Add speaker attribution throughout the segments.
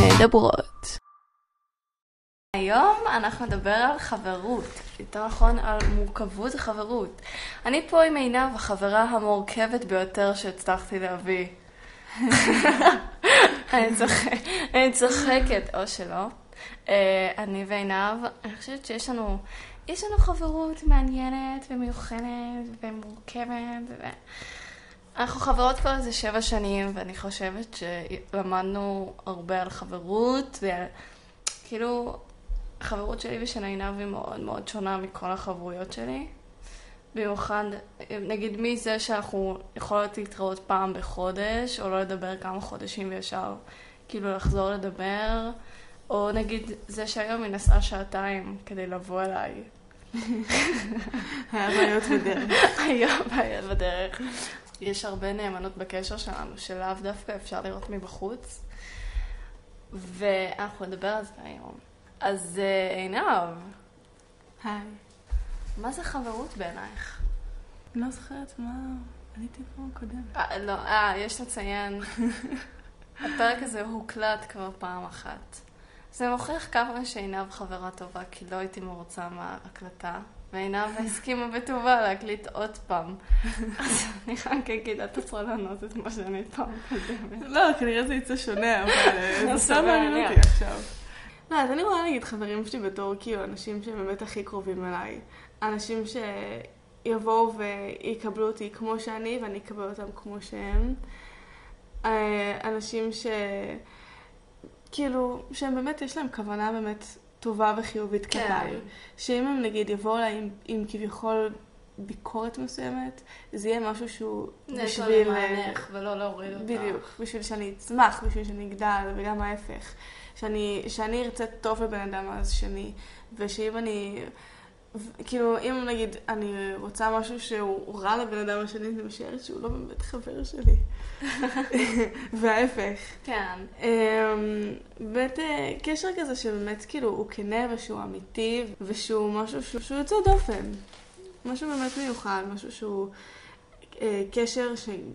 Speaker 1: מדברות. היום אנחנו נדבר על חברות, יותר נכון על מורכבות החברות. אני פה עם עינב, החברה המורכבת ביותר שהצלחתי להביא. אני צוחקת, או שלא. אני ועינב, אני חושבת שיש לנו חברות מעניינת ומיוחדת ומורכבת. אנחנו חברות כבר איזה 7 שנים, ואני חושבת שלמדנו הרבה על חברות, וכאילו החברות שלי ושל עינב היא מאוד מאוד שונה מכל החברויות שלי. במיוחד, נגיד מזה שאנחנו יכולות להתראות פעם בחודש, או לא לדבר כמה חודשים וישר כאילו לחזור לדבר, או נגיד זה שהיום היא נסעה 2 שעתיים כדי לבוא אליי.
Speaker 2: היה בעיות בדרך.
Speaker 1: היה בעיות בדרך. יש הרבה נאמנות בקשר שלנו, שלאו דווקא אפשר לראות מבחוץ, ואנחנו נדבר על זה היום. אז עינב.
Speaker 2: היי.
Speaker 1: מה זה חברות בעינייך?
Speaker 2: אני לא זוכרת מה... עליתי פעם קודמת.
Speaker 1: לא, יש לציין. הפרק הזה הוקלט כבר פעם אחת. זה מוכיח כמה שעינב חברה טובה, כי לא הייתי מרוצה מההקלטה, ועינב הסכימה בטובה להקליט עוד פעם. אז אני רק אגיד, את צריכה לענות את מה שאני פעם קודמת.
Speaker 2: לא, כנראה זה יצא שונה, אבל זה סתם מעניין אותי עכשיו. לא, אז אני רואה להגיד חברים שלי בתור כאילו אנשים שהם באמת הכי קרובים אליי. אנשים שיבואו ויקבלו אותי כמו שאני, ואני אקבל אותם כמו שהם. אנשים כאילו, שהם באמת, יש להם כוונה באמת טובה וחיובית כלפיי. שאם הם נגיד יבואו אליי עם כביכול ביקורת מסוימת, זה יהיה משהו שהוא
Speaker 1: בשביל... למענך ולא להוריד אותך.
Speaker 2: בדיוק, בשביל שאני אצמח, בשביל שאני אגדל, וגם ההפך. שאני ארצה טוב לבן אדם אז שני, ושאם אני... כאילו, אם נגיד אני רוצה משהו שהוא רע לבן אדם השני, זה משארת שהוא לא באמת חבר שלי. וההפך.
Speaker 1: כן.
Speaker 2: באמת קשר כזה שבאמת כאילו הוא כנה ושהוא אמיתי, ושהוא משהו שהוא יוצא דופן. משהו באמת מיוחד, משהו שהוא קשר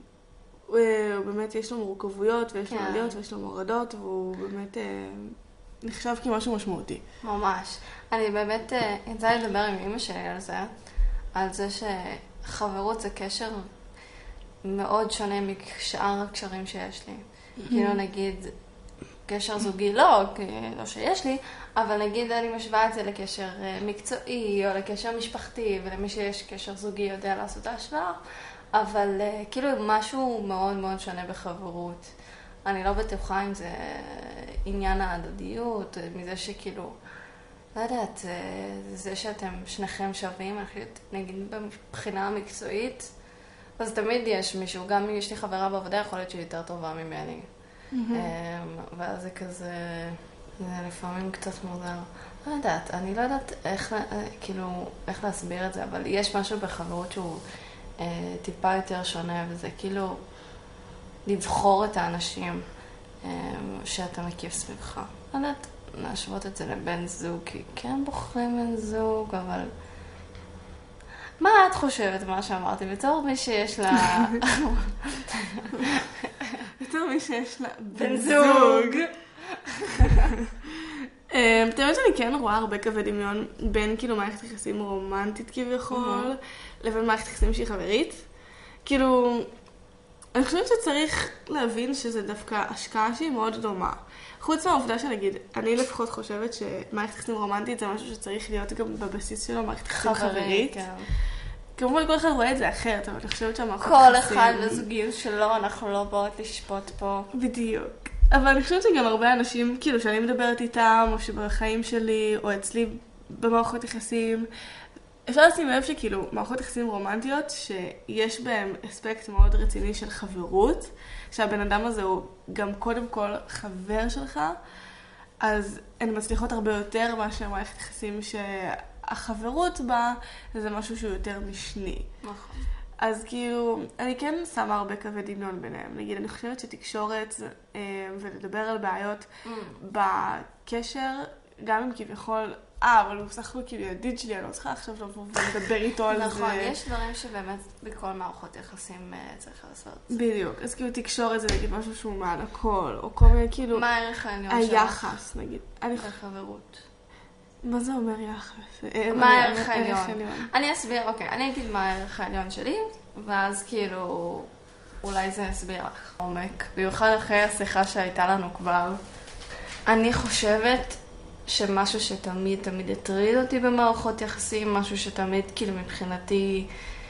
Speaker 2: שבאמת יש לו מורכבויות ויש לו עליות ויש לו מורדות, והוא באמת נחשב כמשהו משמעותי.
Speaker 1: ממש. אני באמת יצא לדבר עם אמא שלי על זה שחברות זה קשר מאוד שונה משאר הקשרים שיש לי. כאילו נגיד קשר זוגי לא שיש לי, אבל נגיד אני משווה את זה לקשר מקצועי או לקשר משפחתי, ולמי שיש קשר זוגי יודע לעשות ההשוואה, אבל כאילו משהו מאוד מאוד שונה בחברות. אני לא בטוחה אם זה עניין ההדדיות, מזה שכאילו, לא יודעת, זה שאתם שניכם שווים, נגיד מבחינה המקצועית, אז תמיד יש מישהו, גם אם יש לי חברה בעבודה, יכול להיות שהיא יותר טובה ממני. ואז זה כזה, זה לפעמים קצת מוזר. לא יודעת, אני לא יודעת איך להסביר את זה, אבל יש משהו בחברות שהוא טיפה יותר שונה, וזה כאילו לבחור את האנשים שאתה מקיף סביבך. לא יודעת, להשוות את זה לבן זוג, כי כן בוחרים בן זוג, אבל... מה את חושבת מה שאמרתי? בתור מי שיש לה...
Speaker 2: בתור מי שיש לה בן זוג. באמת שאני כן רואה הרבה קווי דמיון בין כאילו מערכת יחסים רומנטית כביכול, לבין מערכת יחסים שהיא חברית. כאילו, אני חושבת שצריך להבין שזה דווקא השקעה שהיא מאוד דומה. חוץ מהעובדה שנגיד, אני לפחות חושבת שמערכת יחסים רומנטית זה משהו שצריך להיות גם בבסיס שלו, מערכת יחסים חברית. כמובן כל אחד רואה את זה אחרת, אבל אני חושבת שהמערכת יחסים...
Speaker 1: כל אחד לזוגיות שלו, אנחנו לא באות לשפוט פה.
Speaker 2: בדיוק. אבל אני חושבת שגם הרבה אנשים, כאילו, שאני מדברת איתם, או שבחיים שלי, או אצלי במערכות יחסים, אפשר לשים לב שכאילו, מערכות יחסים רומנטיות, שיש בהם אספקט מאוד רציני של חברות, שהבן אדם הזה הוא גם קודם כל חבר שלך, אז הן מצליחות הרבה יותר מאשר מערכת יחסים שהחברות בה, זה משהו שהוא יותר משני.
Speaker 1: נכון.
Speaker 2: אז כאילו, אני כן שמה הרבה קווי דמיון ביניהם. נגיד, אני חושבת שתקשורת ולדבר על בעיות בקשר, גם אם כביכול אבל הוא בסך הכל כאילו ידיד שלי, אני לא צריכה עכשיו לבוא ולדבר איתו על זה.
Speaker 1: נכון, יש דברים שבאמת בכל מערכות יחסים צריך לעשות.
Speaker 2: בדיוק, אז כאילו תקשורת זה נגיד משהו שהוא מעל הכל, או כל מיני כאילו...
Speaker 1: מה הערך העליון שלך?
Speaker 2: היחס, נגיד.
Speaker 1: לחברות.
Speaker 2: מה זה אומר יחס?
Speaker 1: מה הערך העליון? אני אסביר, אוקיי, אני אגיד מה הערך העליון שלי, ואז כאילו אולי זה יסביר לך עומק. במיוחד אחרי השיחה שהייתה לנו כבר, אני חושבת שמשהו שתמיד הטריד אותי במערכות יחסים, משהו שתמיד כאילו מבחינתי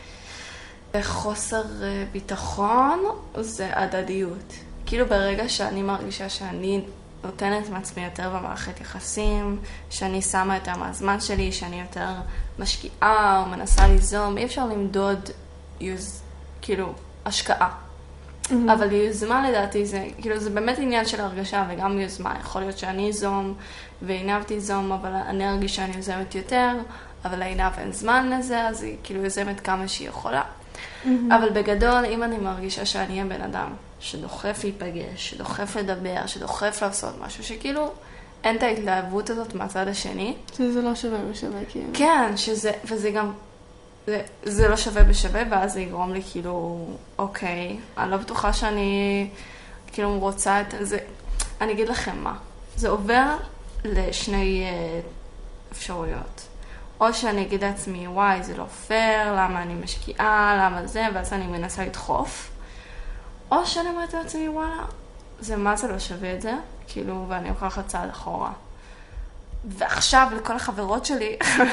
Speaker 1: חוסר ביטחון, זה הדדיות. כאילו ברגע שאני מרגישה שאני נותנת מעצמי יותר במערכת יחסים, שאני שמה יותר מהזמן שלי, שאני יותר משקיעה או מנסה ליזום, אי אפשר למדוד כאילו השקעה. אבל יוזמה לדעתי זה, כאילו זה באמת עניין של הרגשה וגם יוזמה. יכול להיות שאני יזום ועינב תיזום, אבל אני ארגיש שאני יוזמת יותר, אבל לעינב אין זמן לזה, אז היא כאילו יוזמת כמה שהיא יכולה. אבל בגדול, אם אני מרגישה שאני אהיה בן אדם שדוחף להיפגש, שדוחף לדבר, שדוחף לעשות משהו, שכאילו אין את ההתלהבות הזאת מהצד השני.
Speaker 2: שזה לא שווה בשווה, כאילו.
Speaker 1: כן, וזה גם... זה לא שווה בשווה, ואז זה יגרום לי כאילו, אוקיי, אני לא בטוחה שאני כאילו רוצה את זה. אני אגיד לכם מה, זה עובר לשני אפשרויות. או שאני אגיד לעצמי, וואי, זה לא פייר, למה אני משקיעה, למה זה, ואז אני מנסה לדחוף. או שאני אומרת לעצמי, וואלה, מה זה לא שווה את זה? כאילו, ואני לוקחת צעד אחורה. ועכשיו לכל החברות שלי,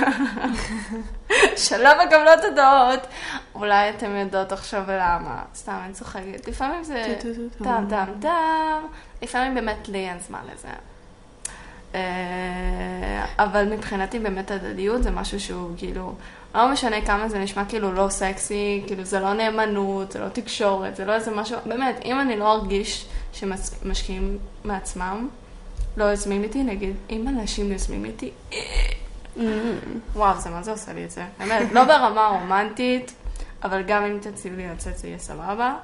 Speaker 1: שלא מקבלות הודעות, אולי אתם יודעות עכשיו ולמה. סתם, אני צוחקת. לפעמים זה טם, לפעמים באמת לי אין זמן לזה. אבל מבחינתי באמת הדדיות זה משהו שהוא כאילו, לא משנה כמה זה נשמע כאילו לא סקסי, כאילו זה לא נאמנות, זה לא תקשורת, זה לא איזה משהו, באמת, אם אני לא ארגיש שמשקיעים מעצמם, לא יוזמים איתי, נגיד, אם אנשים יוזמים איתי, וואו, מה זה עושה לי את זה? באמת, לא ברמה רומנטית, אבל גם אם תציעו לי לצאת זה יהיה סבבה.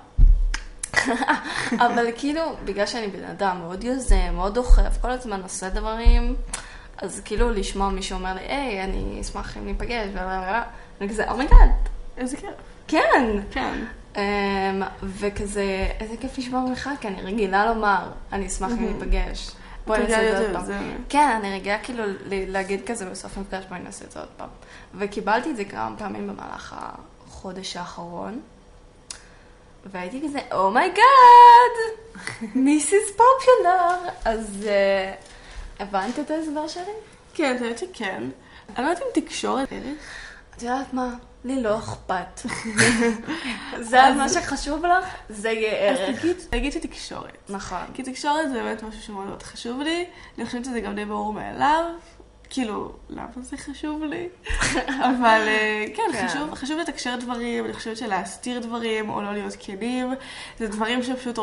Speaker 1: אבל כאילו, בגלל שאני בן אדם מאוד יוזם, מאוד דוחף, כל הזמן עושה דברים, אז כאילו לשמוע מישהו אומר לי, היי, אני אשמח אם ניפגש, ואני כזה, אומייגאד.
Speaker 2: איזה כיף.
Speaker 1: כן.
Speaker 2: כן.
Speaker 1: וכזה, איזה כיף לשמוע ממך, כי אני רגילה לומר, אני אשמח אם ניפגש. בואי נעשה את זה עוד פעם. כן, אני רגילה כאילו להגיד כזה בסוף מפגש, בואי נעשה את זה עוד פעם. וקיבלתי את זה כמה פעמים במהלך החודש האחרון. והייתי כזה, אומייגאד, this is popular. אז הבנת את ההסבר שלי?
Speaker 2: כן, אתה יודעת שכן. אני לא יודעת אם תקשורת ערך.
Speaker 1: את יודעת מה? לי לא אכפת. זה מה שחשוב לך, זה יהיה ערך.
Speaker 2: אז תגיד שתקשורת.
Speaker 1: נכון.
Speaker 2: כי תקשורת זה באמת משהו שמאוד מאוד חשוב לי. אני חושבת שזה גם די ברור מאליו. כאילו, למה זה חשוב לי? אבל כן, חשוב לתקשר דברים, אני חושבת שלהסתיר דברים או לא להיות כנים, זה דברים שפשוט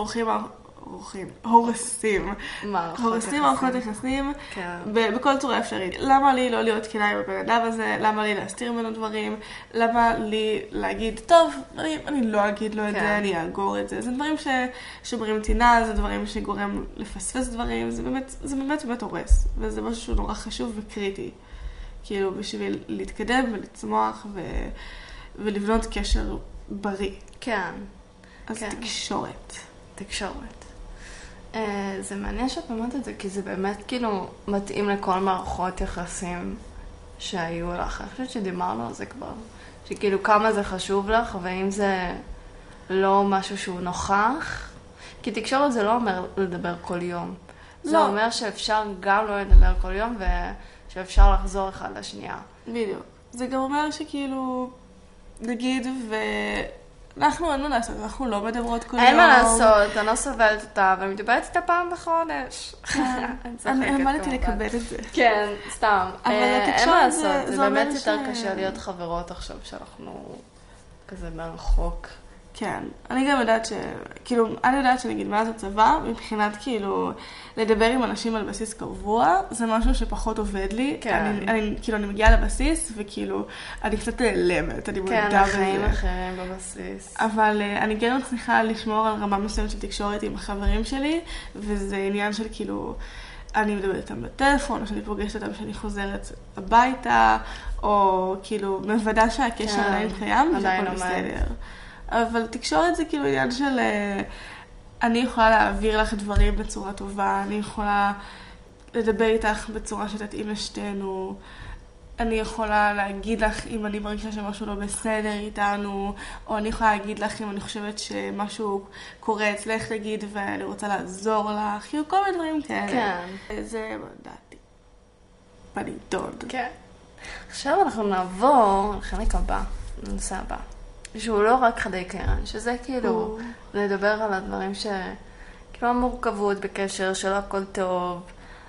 Speaker 2: הורסים מערכות יחסים בכל צורה אפשרית. למה לי לא להיות כנה עם הבן אדם הזה? למה לי להסתיר ממנו דברים? למה לי להגיד, טוב, אני לא אגיד לו את זה, אני אאגור את זה. זה דברים ששומרים טינה, זה דברים שגורם לפספס דברים, זה באמת הורס. וזה משהו שהוא נורא חשוב וקריטי. כאילו, בשביל להתקדם ולצמוח ולבנות קשר בריא.
Speaker 1: כן.
Speaker 2: אז תקשורת.
Speaker 1: זה מעניין שאת אומרת את זה, כי זה באמת כאילו מתאים לכל מערכות יחסים שהיו לך. אני חושבת שדיברנו על זה כבר. שכאילו כמה זה חשוב לך, ואם זה לא משהו שהוא נוכח. כי תקשורת זה לא אומר לדבר כל יום. זה אומר שאפשר גם לא לדבר כל יום, ושאפשר לחזור אחד לשנייה.
Speaker 2: בדיוק. זה גם אומר שכאילו, נגיד, אנחנו אין מה לעשות, אנחנו לא מדברות כל יום.
Speaker 1: אין מה לעשות, אני לא סובלת אותה, אבל מדברת איתה פעם בחודש.
Speaker 2: אני אמרתי לקבל את זה.
Speaker 1: כן, סתם. אין מה לעשות, זה באמת
Speaker 2: אומר
Speaker 1: יותר קשה להיות חברות עכשיו, שאנחנו כזה מרחוק.
Speaker 2: כן, אני גם יודעת אני יודעת שנגיד מאז הצבא, מבחינת כאילו לדבר עם אנשים על בסיס קבוע, זה משהו שפחות עובד לי.
Speaker 1: כן.
Speaker 2: אני מגיעה לבסיס, וכאילו, אני קצת נעלמת, אני מודעה בזה.
Speaker 1: כן, החיים אחרים בבסיס.
Speaker 2: אבל אני כן מצליחה לשמור על רמה מסוימת של תקשורת עם החברים שלי, וזה עניין של כאילו, אני מדברת איתם בטלפון, או שאני פוגשת אותם כשאני חוזרת הביתה, או כאילו מוודא שהקשר עדיין קיים, ושהכל בסדר. אבל תקשורת זה כאילו עניין של אני יכולה להעביר לך דברים בצורה טובה, אני יכולה לדבר איתך בצורה שתתאים לשתינו, אני יכולה להגיד לך אם אני מרגישה שמשהו לא בסדר איתנו, או אני יכולה להגיד לך אם אני חושבת שמשהו קורה אצלך להגיד ואני רוצה לעזור לך, כאילו כל מיני דברים כאלה.
Speaker 1: כן.
Speaker 2: זה דעתי. בנידון.
Speaker 1: כן. עכשיו אנחנו נעבור לחלק הבא, לנושא הבא. שהוא לא רק חדי קרן, שזה כאילו לדבר על הדברים כאילו המורכבות בקשר של הכל טוב,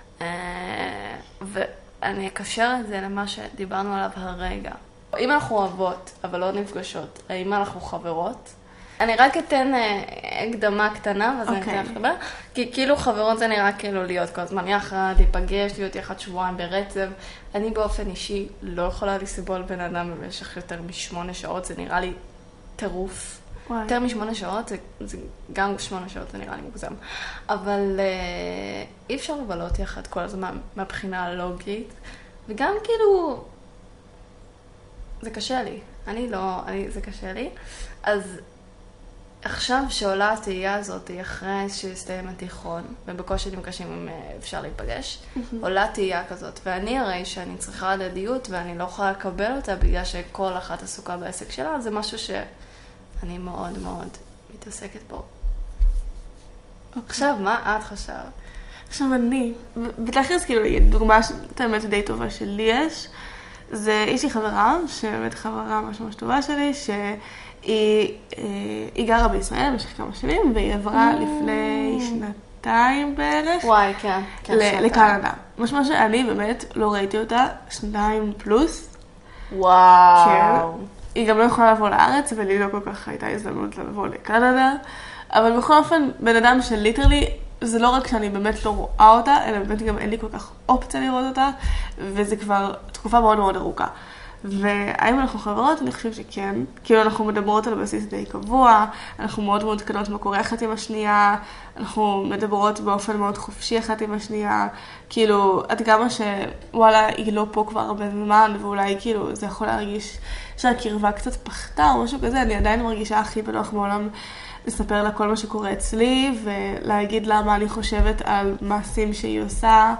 Speaker 1: ואני אקשר את זה למה שדיברנו עליו הרגע. אם אנחנו אוהבות, אבל לא נפגשות, האם אנחנו חברות? אני רק אתן הקדמה קטנה, ואז אני אתן לך לדבר. כי כאילו חברות זה נראה כאילו להיות כל הזמן יחד, להיפגש, להיות יחד שבועיים ברצף. אני באופן אישי לא יכולה לסבול בן אדם במשך יותר מ8 שעות, זה נראה לי טירוף. יותר מ8 שעות, זה גם 8 שעות, זה נראה לי מוגזם. אבל אי אפשר לבלות יחד כל הזמן מהבחינה הלוגית, וגם כאילו, זה קשה לי. זה קשה לי. אז עכשיו שעולה התהייה הזאת, אחרי שהסתיים התיכון, ובקושי נפגשים אם אפשר להיפגש, עולה תהייה כזאת. ואני הרי שאני צריכה הדדיות, ואני לא יכולה לקבל אותה בגלל שכל אחת עסוקה בעסק שלה, זה משהו שאני מאוד מאוד מתעסקת בו. עכשיו, מה את חשבת?
Speaker 2: עכשיו אני, בתכלס כאילו, דוגמה באמת די טובה שלי יש לי חברה, שבאמת חברה ממש טובה שלי, היא גרה בישראל במשך כמה שנים, והיא עברה לפני 2 בערך.
Speaker 1: וואי, כן.
Speaker 2: לקנדה. משמע שאני באמת לא ראיתי אותה 2 פלוס.
Speaker 1: וואו.
Speaker 2: כן. היא גם לא יכולה לבוא לארץ, ולי לא כל כך הייתה הזדמנות לבוא לקנדה. אבל בכל אופן, בן אדם שליטרלי, זה לא רק שאני באמת לא רואה אותה, אלא באמת גם אין לי כל כך אופציה לראות אותה, וזה כבר תקופה מאוד מאוד ארוכה. והאם אנחנו חברות? אני חושב שכן. כאילו אנחנו מדברות על בסיס די קבוע, אנחנו מאוד מאוד קנות מה קורה אחת עם השנייה, אנחנו מדברות באופן מאוד חופשי אחת עם השנייה, כאילו עד כמה שוואלה היא לא פה כבר הרבה זמן, ואולי כאילו זה יכול להרגיש שהקרבה קצת פחתה או משהו כזה, אני עדיין מרגישה הכי בנוח בעולם לספר לה כל מה שקורה אצלי, ולהגיד לה מה אני חושבת על מעשים שהיא עושה,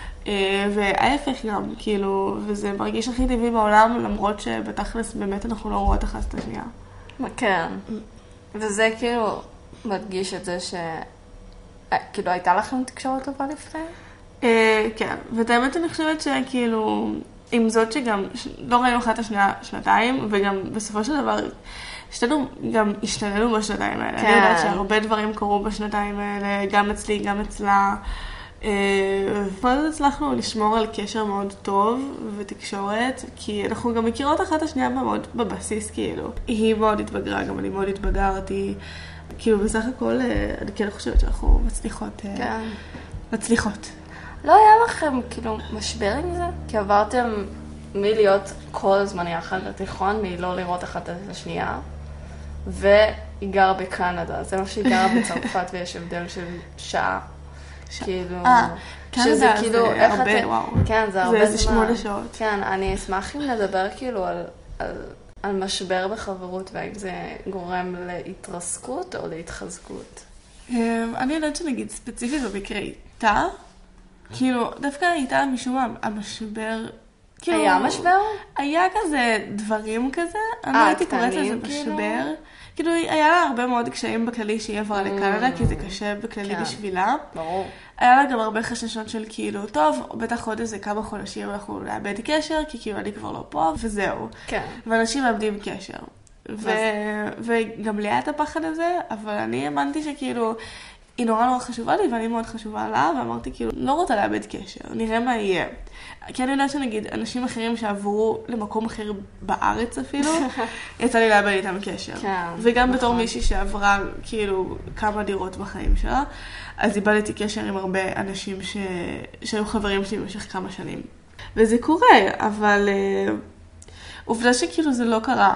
Speaker 2: וההפך גם, כאילו, וזה מרגיש הכי טבעי בעולם, למרות שבתכלס באמת אנחנו לא רואות אחת את השנייה.
Speaker 1: כן. וזה כאילו מדגיש את זה כאילו הייתה לכם תקשורת טובה לפני?
Speaker 2: כן, ואת האמת אני חושבת שכאילו, עם זאת שגם לא ראינו אחת את השנייה 2, וגם בסופו של דבר, שתינו גם השתננו בשנתיים האלה. אני יודעת שהרבה דברים קרו בשנתיים האלה, גם אצלי, גם אצלה. ופה הצלחנו לשמור על קשר מאוד טוב ותקשורת, כי אנחנו גם מכירות אחת את השנייה מאוד בבסיס, כאילו. היא מאוד התבגרה, גם אני מאוד התבגרתי. כאילו בסך הכל, אני כן חושבת שאנחנו מצליחות.
Speaker 1: כן.
Speaker 2: מצליחות.
Speaker 1: לא היה לכם כאילו משבר עם זה? כי עברתם מלהיות כל הזמן יחד בתיכון, מלא לראות אחת את השנייה, והיא גרה בקנדה. זה מה שהיא גרה בצרפת ויש הבדל של שעה. כאילו,
Speaker 2: שזה כאילו הרבה, וואו.
Speaker 1: כן, זה הרבה זמן.
Speaker 2: זה 8 שעות.
Speaker 1: כן, אני אשמח אם לדבר כאילו על משבר בחברות, והאם זה גורם להתרסקות או להתחזקות.
Speaker 2: אני יודעת שנגיד ספציפית במקרה איתה, כאילו, דווקא איתה משום המשבר,
Speaker 1: היה משבר?
Speaker 2: היה כזה דברים כזה, אני לא הייתי קוראת לזה משבר. כאילו, היה לה הרבה מאוד קשיים בכללי שהיא עברה לקנדה, כי זה קשה בכללי בשבילה.
Speaker 1: ברור.
Speaker 2: היה לה גם הרבה חששות של כאילו, טוב, בטח עוד איזה כמה חודשים אנחנו נאבד קשר, כי כאילו אני כבר לא פה, וזהו.
Speaker 1: כן.
Speaker 2: ואנשים מאבדים קשר. וגם לי היה את הפחד הזה, אבל אני האמנתי שכאילו, היא נורא חשובה לי, ואני מאוד חשובה לה, ואמרתי כאילו, לא רוצה לאבד קשר, נראה מה יהיה. כי אני יודעת שנגיד, אנשים אחרים שעברו למקום אחר בארץ אפילו, יצא לי לאבד איתם קשר.
Speaker 1: כן,
Speaker 2: וגם בתור מישהי שעברה כאילו כמה דירות בחיים שלה, אז איבדתי קשר עם הרבה אנשים שהיו חברים שלי במשך כמה שנים. וזה קורה, אבל עובדה שכאילו זה לא קרה.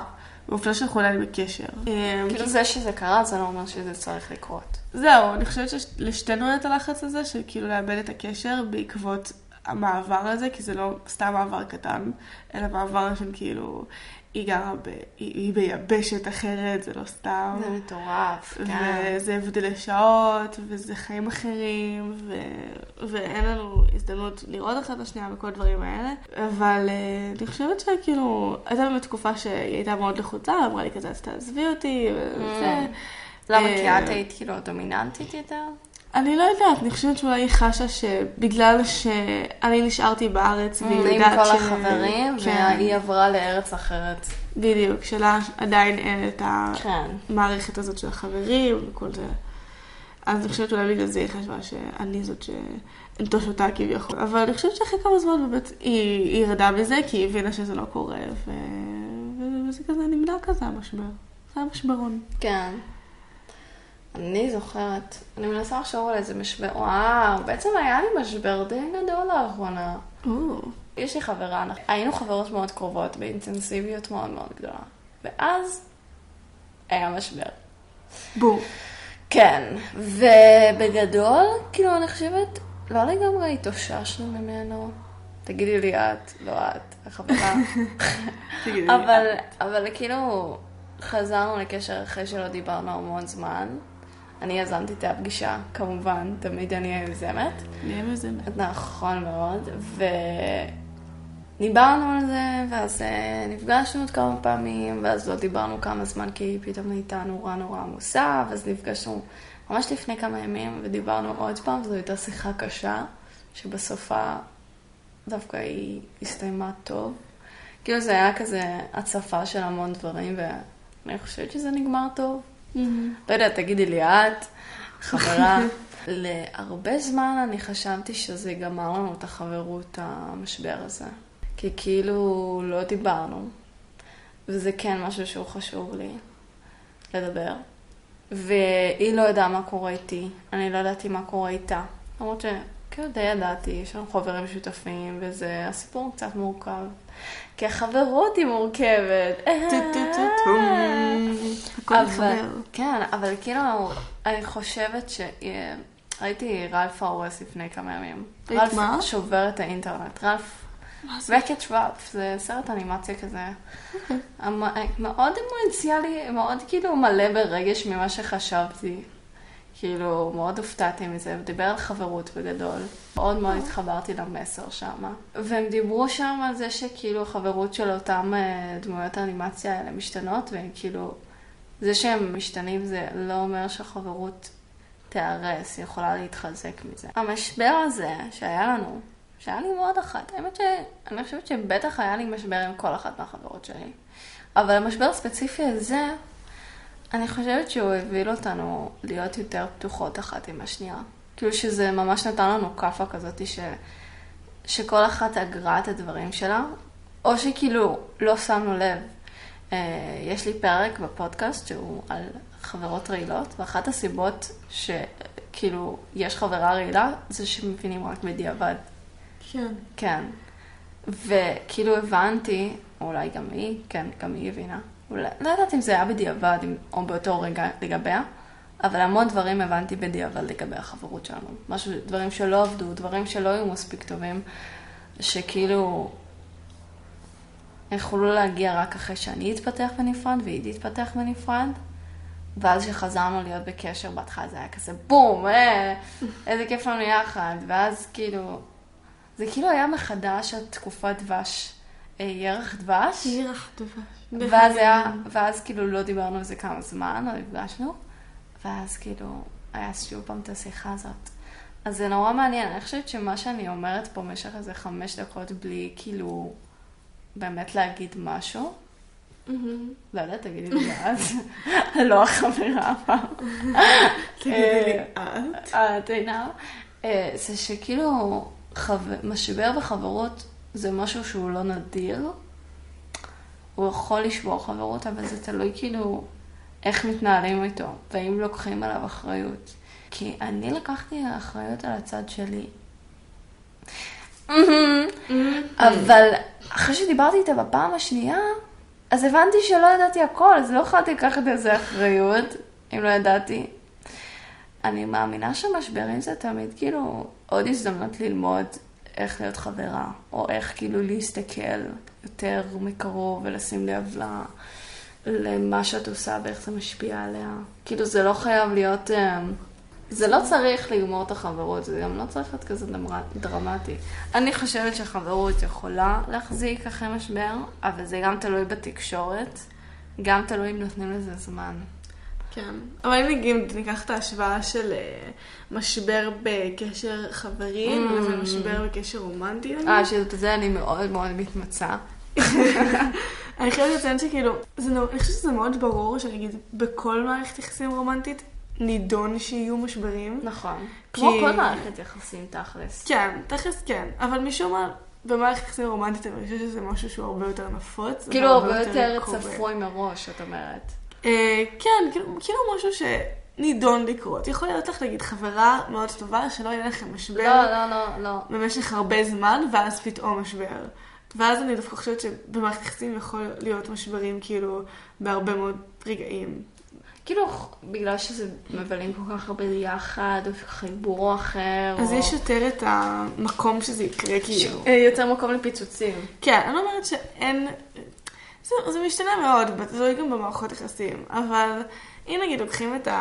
Speaker 2: ועובדה שאנחנו עדיין בקשר.
Speaker 1: כאילו זה שזה קרה, זה לא אומר שזה צריך לקרות.
Speaker 2: זהו, אני חושבת שלשתינו את הלחץ הזה, של כאילו לאבד את הקשר בעקבות המעבר הזה, כי זה לא סתם מעבר קטן, אלא מעבר של כאילו, היא ביבשת אחרת, זה לא סתם.
Speaker 1: זה מטורף, כן.
Speaker 2: וזה הבדלי שעות, וזה חיים אחרים, ואין לנו הזדמנות לראות אחת השנייה וכל הדברים האלה. אבל אני חושבת שכאילו, הייתה באמת תקופה שהיא הייתה מאוד לחוצה, אמרה לי כזה, אז תעזבי אותי, וזה.
Speaker 1: למה? כי את היית כאילו דומיננטית יותר?
Speaker 2: אני לא יודעת, אני חושבת שאולי היא חשה שבגלל שאני נשארתי בארץ, והיא יודעת
Speaker 1: עם כל החברים, והיא עברה לארץ אחרת.
Speaker 2: בדיוק, שלה עדיין אין את המערכת הזאת של החברים וכל זה. אז אני חושבת שאולי בגלל זה היא חשבה שאני זאת שאנטוש אותה כביכול. אבל אני חושבת שאחרי כמה זמן באמת היא ירדה בזה, כי היא הבינה שזה לא קורה, וזה כזה נמנע כזה המשבר. זה היה משברון.
Speaker 1: כן. אני זוכרת, אני מנסה לחשוב על איזה משבר, וואו, בעצם היה לי משבר די גדול לאחרונה. יש לי חברה, היינו חברות מאוד קרובות, באינטנסיביות מאוד מאוד גדולה. ואז היה משבר.
Speaker 2: בום.
Speaker 1: כן, ובגדול, כאילו אני חושבת, לא לגמרי התאוששנו ממנו. תגידי לי את, לא את, החברה.
Speaker 2: תגידי לי את.
Speaker 1: אבל כאילו חזרנו לקשר אחרי שלא דיברנו המון זמן. אני יזמתי את הפגישה, כמובן, תמיד אני היוזמת.
Speaker 2: אני היוזמת.
Speaker 1: נכון מאוד, ודיברנו על זה, ואז נפגשנו עוד כמה פעמים, ואז לא דיברנו כמה זמן, כי פתאום הייתה נורא עמוסה, ואז נפגשנו ממש לפני כמה ימים, ודיברנו עוד פעם, וזו הייתה שיחה קשה, שבסופה דווקא היא הסתיימה טוב. כאילו זה היה כזה הצפה של המון דברים, ואני חושבת שזה נגמר טוב. לא יודע, תגידי לי את, חברה, להרבה זמן אני חשבתי שזה גמר לנו את החברות המשבר הזה. כי כאילו לא דיברנו, וזה כן משהו שהוא חשוב לי לדבר. והיא לא ידעה מה קורה איתי, אני לא ידעתי מה קורה איתה. למרות שכאילו די ידעתי, יש לנו חברים משותפים, וזה הסיפור קצת מורכב. כי החברות היא מורכבת.
Speaker 2: הכל חבר.
Speaker 1: כן, אבל כאילו, אני חושבת ראיתי רלף האורס לפני כמה ימים.
Speaker 2: ראית מה?
Speaker 1: רלף שובר את האינטרנט. רלף, וקט רלף, זה סרט אנימציה כזה. מאוד אמוציאלי, מאוד כאילו מלא ברגש ממה שחשבתי. כאילו, מאוד הופתעתי מזה, ודיבר על חברות בגדול. מאוד מאוד התחברתי למסר שם. והם דיברו שם על זה שכאילו החברות של אותם דמויות האנימציה האלה משתנות, וכאילו, זה שהם משתנים זה לא אומר שהחברות תיארס, היא יכולה להתחזק מזה. המשבר הזה שהיה לנו, שהיה לי מאוד אחת, האמת שאני חושבת שבטח היה לי משבר עם כל אחת מהחברות שלי. אבל המשבר הספציפי הזה, אני חושבת שהוא הוביל אותנו להיות יותר פתוחות אחת עם השנייה. כאילו שזה ממש נתן לנו קפה כזאת שכל אחת אגרה את הדברים שלה, או שכאילו לא שמנו לב. יש לי פרק בפודקאסט שהוא על חברות רעילות, ואחת הסיבות שכאילו יש חברה רעילה, זה שמבינים רק בדיעבד.
Speaker 2: כן.
Speaker 1: כן. וכאילו הבנתי, אולי גם היא, כן, גם היא הבינה. לא יודעת אם זה היה בדיעבד או באותו רגע לגביה, אבל המון דברים הבנתי בדיעבד לגבי החברות שלנו. משהו, דברים שלא עבדו, דברים שלא היו מספיק טובים, שכאילו יכולו להגיע רק אחרי שאני אתפתח בנפרד והיא תתפתח בנפרד, ואז שחזרנו להיות בקשר בהתחלה זה היה כזה בום, איזה כיף לנו יחד, ואז כאילו, זה כאילו היה מחדש התקופת דבש, ירח דבש.
Speaker 2: ירח דבש.
Speaker 1: ואז כאילו לא דיברנו על זה כמה זמן, לא נפגשנו, ואז כאילו היה שוב פעם את השיחה הזאת. אז זה נורא מעניין, אני חושבת שמה שאני אומרת פה במשך איזה 5 דקות בלי כאילו באמת להגיד משהו, לא יודעת, תגידי לי אז, לא החברה הפעם.
Speaker 2: תגידי לי את.
Speaker 1: את עינב. זה שכאילו משבר בחברות זה משהו שהוא לא נדיר, הוא יכול לשבור חברות, אבל זה תלוי כאילו איך מתנהלים איתו, והאם לוקחים עליו אחריות. כי אני לקחתי אחריות על הצד שלי. אבל אחרי שדיברתי איתה בפעם השנייה, אז הבנתי שלא ידעתי הכל, אז לא יכולתי לקחת איזה אחריות, אם לא ידעתי. אני מאמינה שמשברים זה תמיד כאילו עוד הזדמנות ללמוד איך להיות חברה, או איך כאילו להסתכל יותר מקרוב ולשים לב למה שאת עושה ואיך זה משפיע עליה. כאילו זה לא חייב להיות, זה לא צריך לגמור את החברות, זה גם לא צריך להיות כזה דרמטי. אני חושבת שחברות יכולה להחזיק אחרי משבר, אבל זה גם תלוי בתקשורת, גם תלוי אם נותנים לזה זמן.
Speaker 2: כן, אבל אם ניקח את ההשוואה של משבר בקשר חברים, לבין משבר בקשר רומנטי.
Speaker 1: שזה אני מאוד מאוד מתמצא.
Speaker 2: אני חייבת לציין שכאילו, אני חושבת שזה מאוד ברור שנגיד בכל מערכת יחסים רומנטית נידון שיהיו משברים.
Speaker 1: נכון. כמו כל מערכת יחסים תכלס.
Speaker 2: כן, תכלס כן, אבל משום מה במערכת יחסים רומנטית אני חושבת שזה משהו שהוא הרבה יותר נפוץ.
Speaker 1: כאילו הרבה יותר צפוי מראש, את אומרת.
Speaker 2: כן, כאילו משהו שנידון לקרות. יכול להיות לך להגיד חברה מאוד טובה שלא יהיה לכם משבר.
Speaker 1: לא.
Speaker 2: במשך הרבה זמן, ואז פתאום משבר. ואז אני דווקא חושבת שבמערכת יחסים יכול להיות משברים כאילו בהרבה מאוד רגעים.
Speaker 1: כאילו בגלל שזה מבלים כל כך הרבה יחד, או חיבור אחר.
Speaker 2: אז יש יותר את המקום שזה יקרה כאילו.
Speaker 1: יותר מקום לפיצוצים.
Speaker 2: כן, אני אומרת שאין... זה משתנה מאוד, זה גם במערכות יחסים, אבל אם נגיד לוקחים את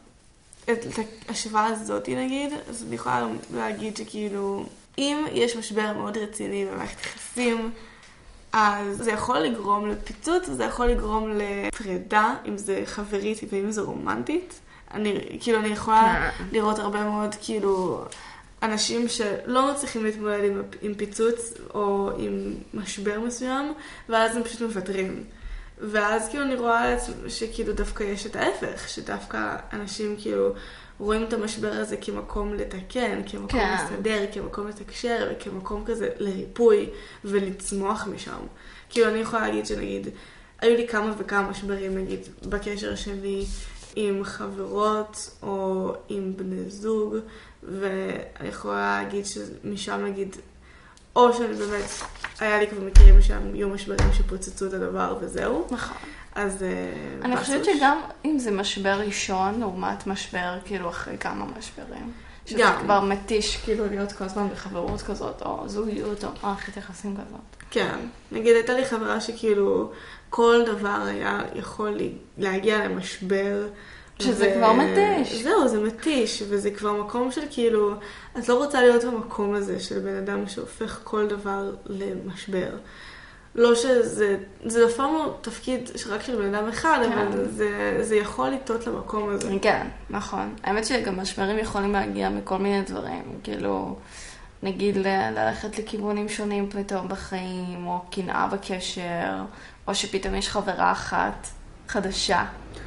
Speaker 2: ההשוואה הזאת נגיד, אז אני יכולה להגיד שכאילו, אם יש משבר מאוד רציני במערכת יחסים, אז זה יכול לגרום לפיצוץ, זה יכול לגרום לפרידה, אם זה חברית ואם זה רומנטית. אני יכולה לראות הרבה מאוד כאילו אנשים שלא מצליחים להתמודד עם פיצוץ או עם משבר מסוים, ואז הם פשוט מוותרים. ואז כאילו אני רואה שכאילו דווקא יש את ההפך, שדווקא אנשים כאילו רואים את המשבר הזה כמקום לתקן, כמקום לסדר, כמקום לתקשר, וכמקום כזה לריפוי ולצמוח משם. כאילו אני יכולה להגיד שנגיד, היו לי כמה וכמה משברים נגיד בקשר שלי עם חברות או עם בני זוג, ואני יכולה להגיד שמשם נגיד, או שאני באמת, היה לי כבר מקרים שם, יהיו משברים שפוצצו את הדבר וזהו.
Speaker 1: נכון.
Speaker 2: אז...
Speaker 1: אני חושבת שגם אם זה משבר ראשון, לעומת משבר כאילו אחרי כמה משברים, שזה כבר מתיש כאילו להיות כל הזמן בחברות כזאת, או זוגיות, או מערכת יחסים כזאת.
Speaker 2: כן. נגיד, הייתה לי חברה שכאילו כל דבר היה יכול להגיע למשבר,
Speaker 1: שזה כבר מתיש.
Speaker 2: זהו, זה מתיש, וזה כבר מקום של כאילו, את לא רוצה להיות במקום הזה של בן אדם שהופך כל דבר למשבר. לא שזה, זה אף פעם לא תפקיד רק של בן אדם אחד, אבל זה יכול לטעות למקום הזה.
Speaker 1: כן, נכון. האמת שגם משברים יכולים להגיע מכל מיני דברים, כאילו, נגיד ללכת לכיוונים שונים פתאום בחיים, או קנאה בקשר, או שפתאום יש חברה אחת חדשה.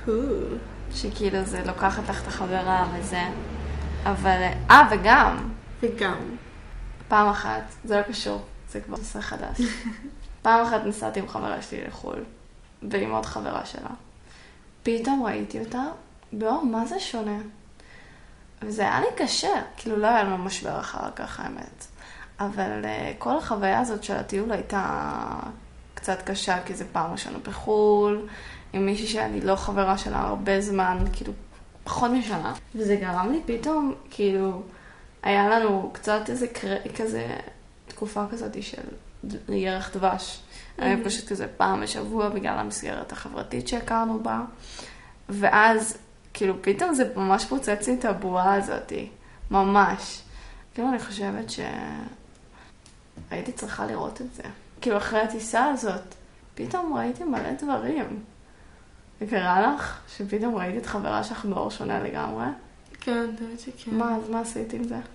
Speaker 1: שכאילו זה לוקחת לך את החברה וזה. אבל, וגם. פעם אחת, זה לא קשור, זה כבר נושא חדש. פעם אחת נסעתי עם חברה שלי לחול, ועם עוד חברה שלה. פתאום ראיתי אותה, מה זה שונה? וזה היה לי קשה, כאילו לא היה לנו משבר אחר כך, האמת. אבל כל החוויה הזאת של הטיול הייתה קצת קשה, כי זה פעם ראשונה בחול, עם מישהי שאני לא חברה שלה הרבה זמן, כאילו פחות משנה. וזה גרם לי פתאום, כאילו, היה לנו קצת איזה כזה, תקופה כזאת של ירח דבש. היה פשוט כזה פעם בשבוע בגלל המסגרת החברתית שהכרנו בה. ואז, כאילו, פתאום זה ממש פוצץ לי את הבועה הזאת. ממש. כאילו, אני חושבת שהייתי צריכה לראות את זה. כאילו, אחרי הטיסה הזאת, פתאום ראיתי מלא דברים. וקרה לך שפתאום ראיתי את חברה שלך באור שונה לגמרי?
Speaker 2: כן, תמיד שכן.
Speaker 1: אז מה עשית עם זה?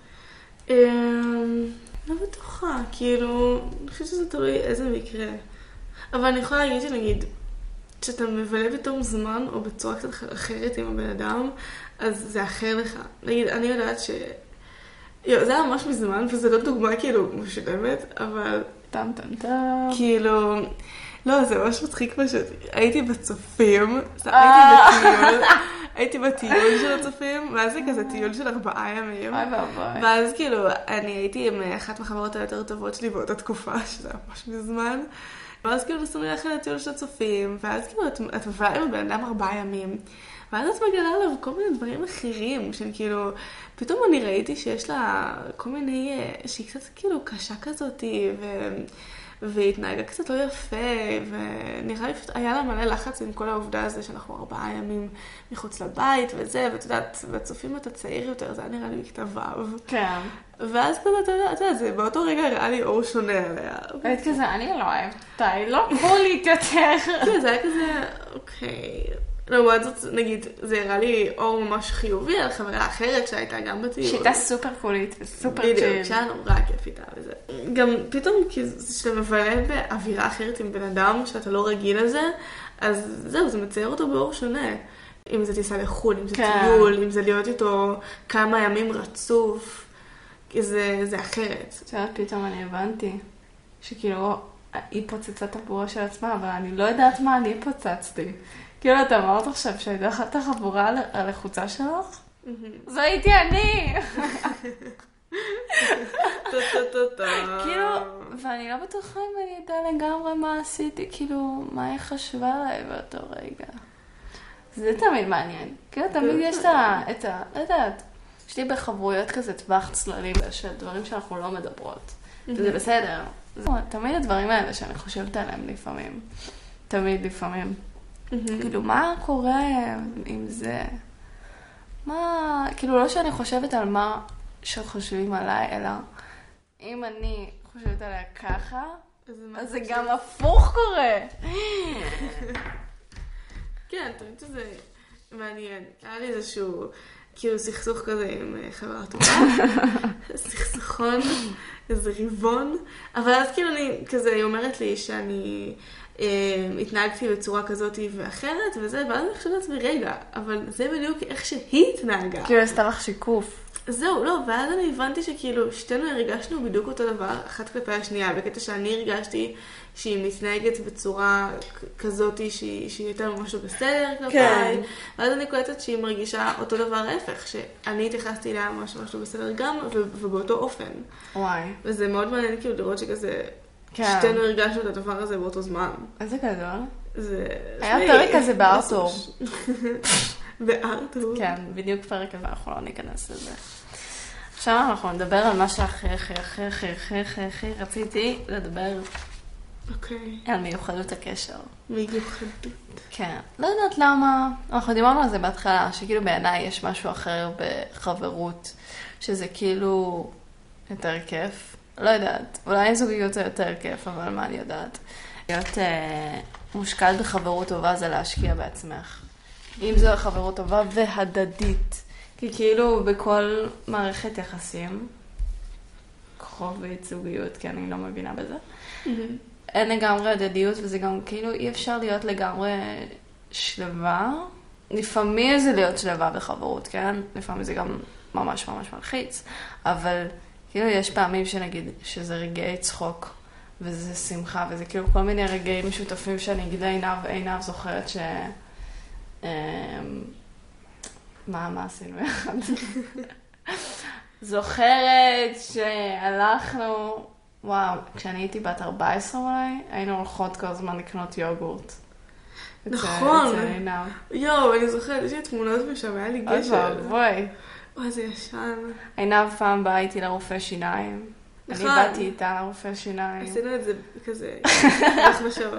Speaker 2: לא בטוחה, כאילו, אני חושבת שזה תלוי איזה מקרה. אבל אני יכולה להגיד שנגיד, כשאתה מבלה בתום זמן או בצורה קצת אחרת עם הבן אדם, אז זה אחר לך. נגיד, אני יודעת זה היה ממש מזמן, וזה לא דוגמה כאילו משלמת, אבל...
Speaker 1: טם.
Speaker 2: כאילו... לא, זה ממש מצחיק פשוט. הייתי בצופים, הייתי בטיול של הצופים, ואז זה כזה טיול של 4 ימים. ואז כאילו, אני הייתי עם אחת מהחברות היותר טובות שלי באותה תקופה, שזה היה ממש מזמן, ואז כאילו נסענו יחד לטיול של הצופים, ואז כאילו את מביאה עם הבן אדם 4 ימים, ואז את מגלה עליו כל מיני דברים אחרים, שהם כאילו, פתאום אני ראיתי שיש לה כל מיני, שהיא קצת כאילו קשה כזאת, והיא התנהגה קצת לא יפה, ונראה לי פשוט היה לה מלא לחץ עם כל העובדה הזה שאנחנו 4 ימים מחוץ לבית וזה, ואת יודעת, והצופים אתה צעיר יותר, זה היה נראה לי בכתב ו'.
Speaker 1: כן.
Speaker 2: ואז כזה, אתה יודעת, זה באותו רגע הראה לי אור שונה עליה.
Speaker 1: והיית כזה, אני לא אוהבת אותה, היא לא קולית יותר.
Speaker 2: כן, זה היה כזה, אוקיי. לעומת זאת, נגיד, זה הראה לי אור ממש חיובי על חברה אחרת שהייתה גם בטיול.
Speaker 1: שהייתה סופר קולית וסופר צ'יל.
Speaker 2: בדיוק, שהיה נורא כיף איתה וזה. גם פתאום, כשאתה מבלה באווירה אחרת עם בן אדם, שאתה לא רגיל לזה, אז זהו, זה מצייר אותו באור שונה. אם זה טיסה לחו"ל, אם זה טיול, אם זה להיות איתו כמה ימים רצוף, זה אחרת.
Speaker 1: את יודעת, פתאום אני הבנתי שכאילו היא פוצצה את הבורה של עצמה, אבל אני לא יודעת מה אני פוצצתי. כאילו, אתה אמרת עכשיו שהייתה אחת החבורה על החוצה שלך? זו הייתי אני! כאילו, ואני לא בטוחה אם אני יודע לגמרי מה עשיתי, כאילו, מה היא חשבה עליי באותו רגע. זה תמיד מעניין. כאילו, תמיד יש את ה... לא יודעת, יש לי בחברויות כזה טווח צללים של דברים שאנחנו לא מדברות. וזה בסדר. תמיד הדברים האלה שאני חושבת עליהם לפעמים. תמיד לפעמים. כאילו, מה קורה עם זה? מה... כאילו, לא שאני חושבת על מה שחושבים עליי, אלא אם אני חושבת עליה ככה, אז זה גם הפוך קורה.
Speaker 2: כן, תמיד שזה מעניין. היה לי איזשהו, כאילו, סכסוך כזה עם חברה טובה. סכסוכון, איזה ריבון. אבל אז כאילו אני, כזה, היא אומרת לי שאני התנהגתי בצורה כזאת ואחרת, וזה, ואז אני חושבת לעצמי, רגע, אבל זה בדיוק איך שהיא התנהגה.
Speaker 1: כאילו, עשתה לך שיקוף.
Speaker 2: זהו, לא, ואז אני הבנתי שכאילו, שתינו הרגשנו בדיוק אותו דבר, אחת כלפי השנייה, בקטע שאני הרגשתי שהיא מתנהגת בצורה כזאת שהיא הייתה ממש לא בסדר כלפיי, ואז אני קולטת שהיא מרגישה אותו דבר ההפך, שאני התייחסתי אליה ממש לא בסדר גם, ובאותו אופן.
Speaker 1: וואי.
Speaker 2: וזה מאוד מעניין כאילו לראות שכזה, שתינו הרגשנו את הדבר הזה באותו זמן.
Speaker 1: איזה גדול.
Speaker 2: זה...
Speaker 1: היה פרק כזה בארתור.
Speaker 2: בארתור.
Speaker 1: כן, בדיוק פרק כזה, אנחנו לא ניכנס לזה. עכשיו אנחנו נדבר על מה שהכי רציתי לדבר.
Speaker 2: אוקיי.
Speaker 1: על מיוחדות הקשר.
Speaker 2: מיוחדות.
Speaker 1: כן. לא יודעת למה. אנחנו דיברנו על זה בהתחלה, שכאילו בעיניי יש משהו אחר בחברות, שזה כאילו יותר כיף. לא יודעת. אולי זוגיות זה יותר כיף, אבל מה אני יודעת? להיות מושקעת בחברות טובה זה להשקיע בעצמך. אם זו חברות טובה והדדית. כי כאילו בכל מערכת יחסים, חובית, זוגיות, כי אני לא מבינה בזה, אין לגמרי הדדיות, וזה גם כאילו אי אפשר להיות לגמרי שלווה. לפעמים זה להיות שלווה בחברות, כן? לפעמים זה גם ממש ממש מלחיץ, אבל כאילו יש פעמים שנגיד שזה רגעי צחוק, וזה שמחה, וזה כאילו כל מיני רגעים משותפים שאני אגיד לעינב זוכרת ש... מה עשינו יחד? זוכרת שהלכנו, וואו, כשאני הייתי בת 14 אולי, היינו הולכות כל הזמן לקנות יוגורט.
Speaker 2: נכון.
Speaker 1: אצל עינב.
Speaker 2: יואו, אני זוכרת, יש לי תמונות משם, היה לי גשר.
Speaker 1: בואי.
Speaker 2: אוי, זה ישן.
Speaker 1: עינב פעם באה איתי לרופא שיניים. אני באתי איתה לרופא שיניים.
Speaker 2: עשינו את זה כזה, איך משוב.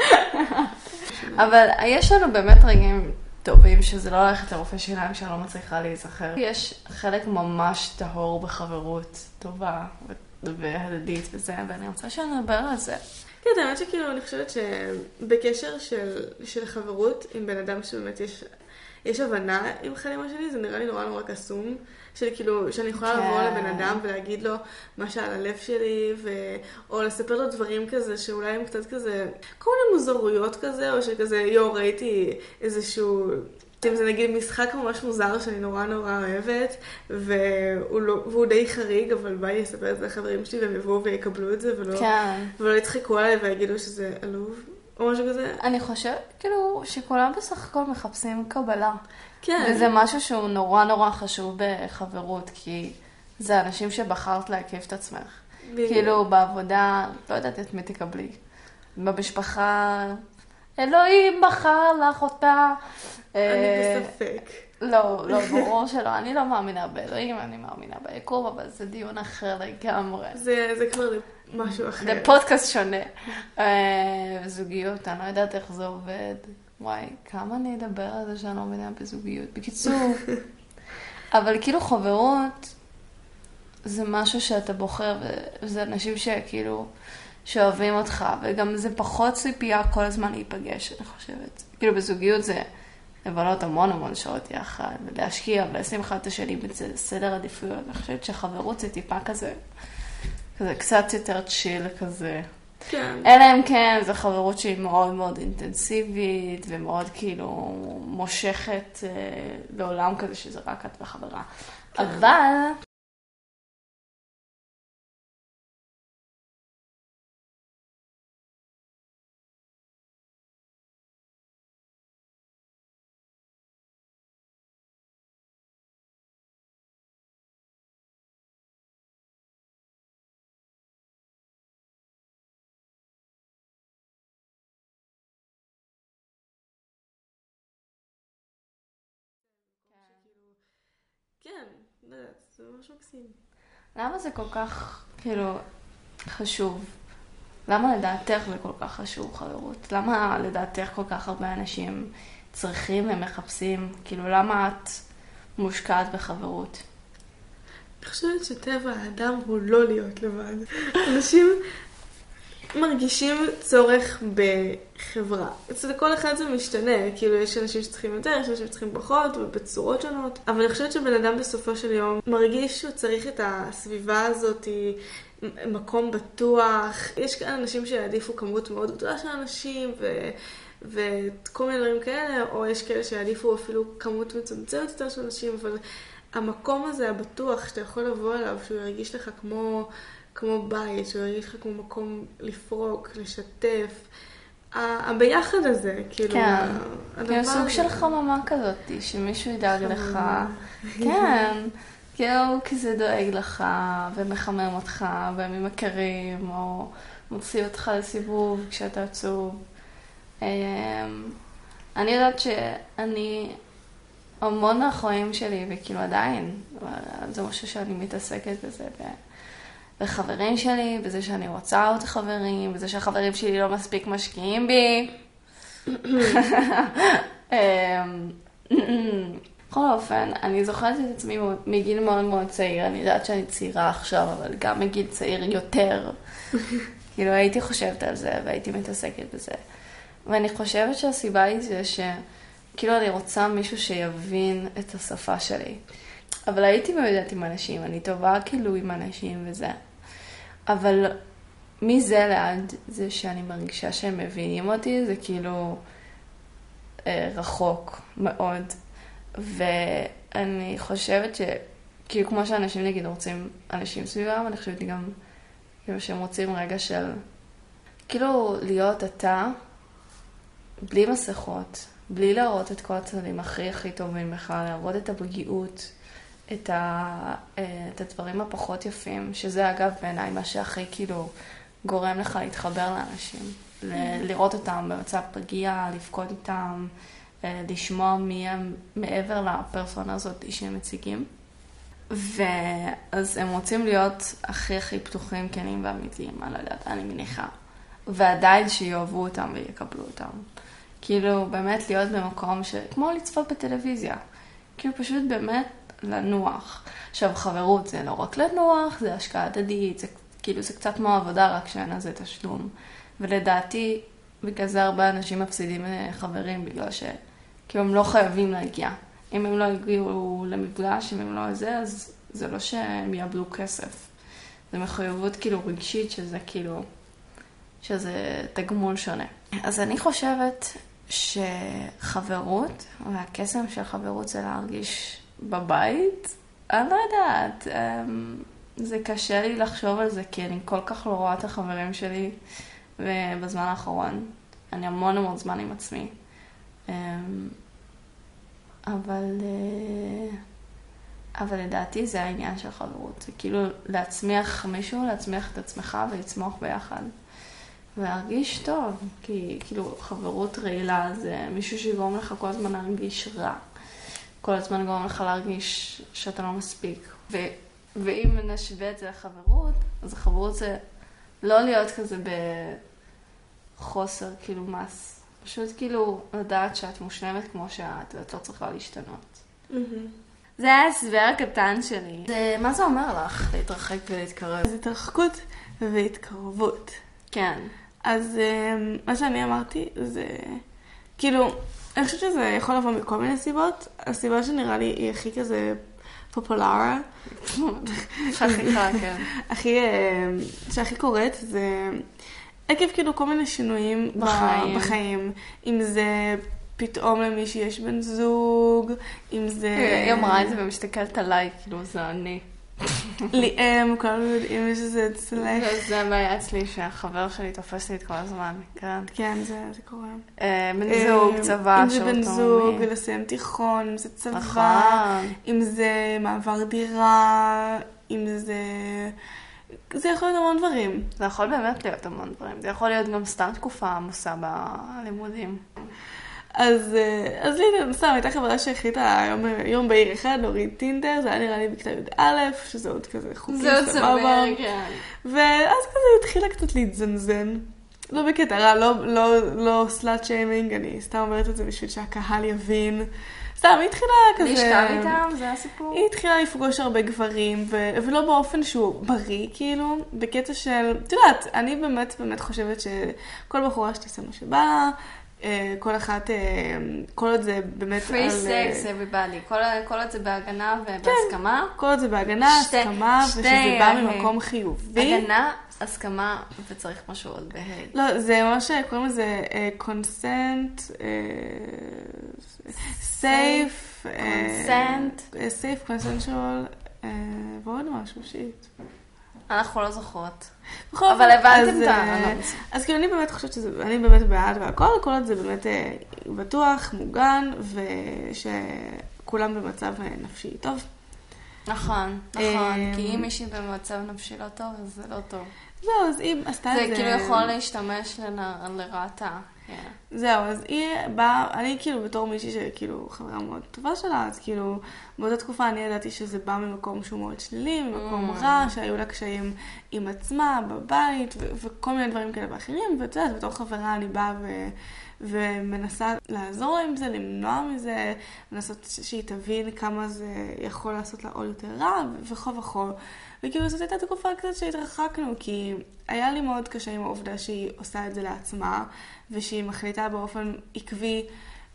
Speaker 1: אבל יש לנו באמת רגעים טובים שזה לא הולכת לרופא שיניים שאני לא מצליחה להיזכר. יש חלק ממש טהור בחברות טובה והדדית וזה, ואני רוצה שנדבר על זה.
Speaker 2: כן, האמת שכאילו אני חושבת שבקשר של חברות עם בן אדם שבאמת יש הבנה עם אחד עם השני, זה נראה לי נורא נורא קסום. שכאילו, שאני יכולה לבוא לבן אדם ולהגיד לו מה שעל הלב שלי, או לספר לו דברים כזה, שאולי הם קצת כזה, כל מיני מוזרויות כזה, או שכזה, ראיתי איזשהו, אם זה נגיד משחק ממש מוזר שאני נורא נורא אוהבת, והוא די חריג, אבל בא לי לספר את זה לחברים שלי, והם יבואו ויקבלו את זה, ולא יצחקו עליי ויגידו שזה עלוב, או משהו כזה.
Speaker 1: אני חושבת, כאילו, שכולם בסך הכל מחפשים קבלה.
Speaker 2: כן.
Speaker 1: וזה משהו שהוא נורא נורא חשוב בחברות, כי זה אנשים שבחרת להקיף את עצמך. כאילו בעבודה, לא יודעת את מי תקבלי, במשפחה, אלוהים בחר לך אותה.
Speaker 2: אני בספק.
Speaker 1: לא, ברור שלא. אני לא מאמינה באלוהים, אני מאמינה ביקום, אבל זה דיון אחר לגמרי.
Speaker 2: זה כבר משהו אחר.
Speaker 1: זה פודקאסט שונה. זוגיות, אני לא יודעת איך זה עובד. וואי, כמה אני אדבר על זה שאני לא מאמינה בזוגיות. בקיצור, אבל כאילו חברות, זה משהו שאתה בוחר, וזה אנשים שכאילו, שאוהבים אותך, וגם זה פחות ציפייה כל הזמן להיפגש, אני חושבת. כאילו בזוגיות זה לבלות המון שעות יחד, ולהשקיע ולשים אחד את השני בסדר עדיפויות. אני חושבת שחברות זה טיפה כזה קצת יותר צ'יל כזה.
Speaker 2: כן.
Speaker 1: אלא אם כן, זו חברות שהיא מאוד אינטנסיבית, ומאוד כאילו מושכת לעולם כזה שזה רק את וחברה. כן. אבל
Speaker 2: כן, לא יודעת, זה ממש מקסים.
Speaker 1: למה זה כל כך, כאילו, חשוב? למה לדעתך זה כל כך חשוב, חברות? למה לדעתך כל כך הרבה אנשים צריכים ומחפשים? כאילו, למה את מושקעת בחברות?
Speaker 2: אני חושבת שטבע האדם הוא לא להיות לבד. אנשים מרגישים צורך בחברה. אצל כל אחד זה משתנה, כאילו יש אנשים שצריכים יותר, יש אנשים שצריכים פחות ובצורות שונות, אבל אני חושבת שבן אדם בסופו של יום מרגיש שהוא צריך את הסביבה הזאת, מקום בטוח. יש כאן אנשים שיעדיפו כמות מאוד גדולה של אנשים וכל מיני דברים כאלה, או יש כאלה שיעדיפו אפילו כמות מצומצמת יותר של אנשים, אבל המקום הזה הבטוח שאתה יכול לבוא אליו, שהוא ירגיש לך כמו בית, שהוא ירגיש לך כמו מקום לפרוק, לשתף. הביחד הזה, כאילו...
Speaker 1: כן, כאילו סוג של חממה כזאת, שמישהו ידאג לך. כן, כאילו כי זה דואג לך, ומחמם אותך, והם מכירים, או מוציא אותך לסיבוב כשאתה עצוב. אני יודעת שאני... המון מהחיים שלי, וכאילו עדיין, זה משהו שאני מתעסקת בזה, וחברים שלי, בזה שאני רוצה עוד חברים, בזה שהחברים שלי לא מספיק משקיעים בי. בכל אופן, אני זוכרת את עצמי מגיל מאוד צעיר, אני יודעת שאני צעירה עכשיו, אבל גם מגיל צעיר יותר. כאילו הייתי חושבת על זה, והייתי מתעסקת בזה. ואני חושבת שהסיבה היא זה כאילו אני רוצה מישהו שיבין את השפה שלי. אבל הייתי מעודדת עם אנשים, אני טובה כאילו עם אנשים וזה. אבל מזה לעד, זה שאני מרגישה שהם מבינים אותי, זה כאילו רחוק מאוד. ואני חושבת שכאילו כמו שאנשים נגיד רוצים אנשים סביבם, אני חושבת גם כאילו שהם רוצים רגע של כאילו להיות אתה, בלי מסכות, בלי להראות את כל הצדדים הכי טובים בך, להראות את הפגיעות, את הדברים הפחות יפים, שזה אגב בעיניי מה שהכי כאילו גורם לך להתחבר לאנשים, לראות אותם במצב פגיע, לפקוד איתם, לשמוע מי הם מעבר לפרסונה הזאת שהם מציגים. ואז הם רוצים להיות הכי פתוחים, כנים ואמיתיים, אני לא יודעת, אני מניחה. ועדיין שיאהבו אותם ויקבלו אותם. כאילו באמת להיות במקום כמו לצפות בטלוויזיה. כאילו פשוט באמת לנוח. עכשיו חברות זה לא רק לנוח, זה השקעה הדדית, זה כאילו זה קצת כמו עבודה רק שאין על זה תשלום. ולדעתי בגלל זה הרבה אנשים מפסידים חברים בגלל שכאילו הם לא חייבים להגיע. אם הם לא הגיעו למפגש, אם הם לא זה, אז זה לא שהם יאבדו כסף. זה מחויבות כאילו רגשית שזה כאילו, שזה תגמול שונה. אז אני חושבת שחברות, והקסם של חברות זה להרגיש בבית, אני לא יודעת, זה קשה לי לחשוב על זה, כי אני כל כך לא רואה את החברים שלי בזמן האחרון. אני המון זמן עם עצמי. אבל לדעתי זה העניין של חברות. זה כאילו להצמיח מישהו, להצמיח את עצמך ולצמוח ביחד. ולהרגיש טוב, כי כאילו חברות רעילה זה מישהו שיגרום לך כל הזמן להרגיש רע. כל הזמן גורם לך להרגיש שאתה לא מספיק. ואם נשווה את זה לחברות, אז החברות זה לא להיות כזה בחוסר כאילו מס. פשוט כאילו לדעת שאת מושלמת כמו שאת, ואת לא צריכה להשתנות. זה היה הסבר הקטן שלי. מה זה אומר לך להתרחק ולהתקרב?
Speaker 2: זה התרחקות והתקרבות.
Speaker 1: כן.
Speaker 2: אז מה שאני אמרתי זה, כאילו, אני חושבת שזה יכול לבוא מכל מיני סיבות. הסיבה שנראה לי היא הכי כזה פופולרה.
Speaker 1: חכיכה, כן.
Speaker 2: שהכי קורית זה עקב כאילו כל מיני שינויים בחיים. אם זה פתאום למי שיש בן זוג, אם זה...
Speaker 1: היא אמרה את זה ומסתכלת עליי, כאילו זה אני.
Speaker 2: ליאם, כולנו יודעים שזה אצלך.
Speaker 1: זה בעיה אצלי שהחבר שלי תופס לי את כל הזמן, כן?
Speaker 2: כן, זה קורה.
Speaker 1: בן זוג, צבא,
Speaker 2: אם זה בן זוג, לסיים תיכון, אם זה צבא, אם זה מעבר דירה, אם זה... זה יכול להיות המון דברים.
Speaker 1: זה יכול באמת להיות המון דברים. זה יכול להיות גם סתם תקופה עמוסה בלימודים.
Speaker 2: אז לי, סתם, הייתה חברה שהחליטה יום בהיר אחד להוריד טינדר, זה היה נראה לי בכתב י"א, שזה עוד כזה חוקי, סבבה. ואז כזה התחילה קצת להתזנזן. לא בקטע רע, לא סלאט שיימינג, אני סתם אומרת את זה בשביל שהקהל יבין. סתם, היא התחילה כזה...
Speaker 1: להשכב איתם, זה הסיפור?
Speaker 2: היא התחילה לפגוש הרבה גברים, ולא באופן שהוא בריא, כאילו, בקטע של... את יודעת, אני באמת חושבת שכל בחורה שתעשה מה שבא לה, כל אחת, כל עוד זה באמת
Speaker 1: free sex, everybody. כל עוד זה בהגנה ובהסכמה.
Speaker 2: כל עוד זה בהגנה, הסכמה, ושזה בא ממקום חיובי.
Speaker 1: הגנה, הסכמה, וצריך משהו עוד בהיי.
Speaker 2: לא, זה מה שקוראים לזה consent, safe, consensual, ועוד משהו שיט.
Speaker 1: אנחנו לא זוכרות. אבל הבנתם את האנונס.
Speaker 2: אז כאילו אני באמת חושבת שאני באמת בעד והכל, כל עוד זה באמת בטוח, מוגן, ושכולם במצב נפשי טוב.
Speaker 1: נכון. כי אם מישהי במצב נפשי לא טוב, אז זה לא טוב.
Speaker 2: זהו, אז היא עשתה את זה...
Speaker 1: זה כאילו יכול להשתמש לרעתה.
Speaker 2: זהו, אז היא באה, אני כאילו בתור מישהי שכאילו חברה מאוד טובה שלה, אז כאילו באותה תקופה אני ידעתי שזה בא ממקום שהוא מאוד שלילי, ממקום רע, שהיו לה קשיים עם עצמה, בבית, וכל מיני דברים כאלה ואחרים, ואת יודעת, בתור חברה אני באה ומנסה לעזור עם זה, למנוע מזה, לנסות שהיא תבין כמה זה יכול לעשות לה עוד יותר רע, וכו. וכאילו זאת הייתה תקופה קצת שהתרחקנו, כי היה לי מאוד קשה עם העובדה שהיא עושה את זה לעצמה, ושהיא מחליטה באופן עקבי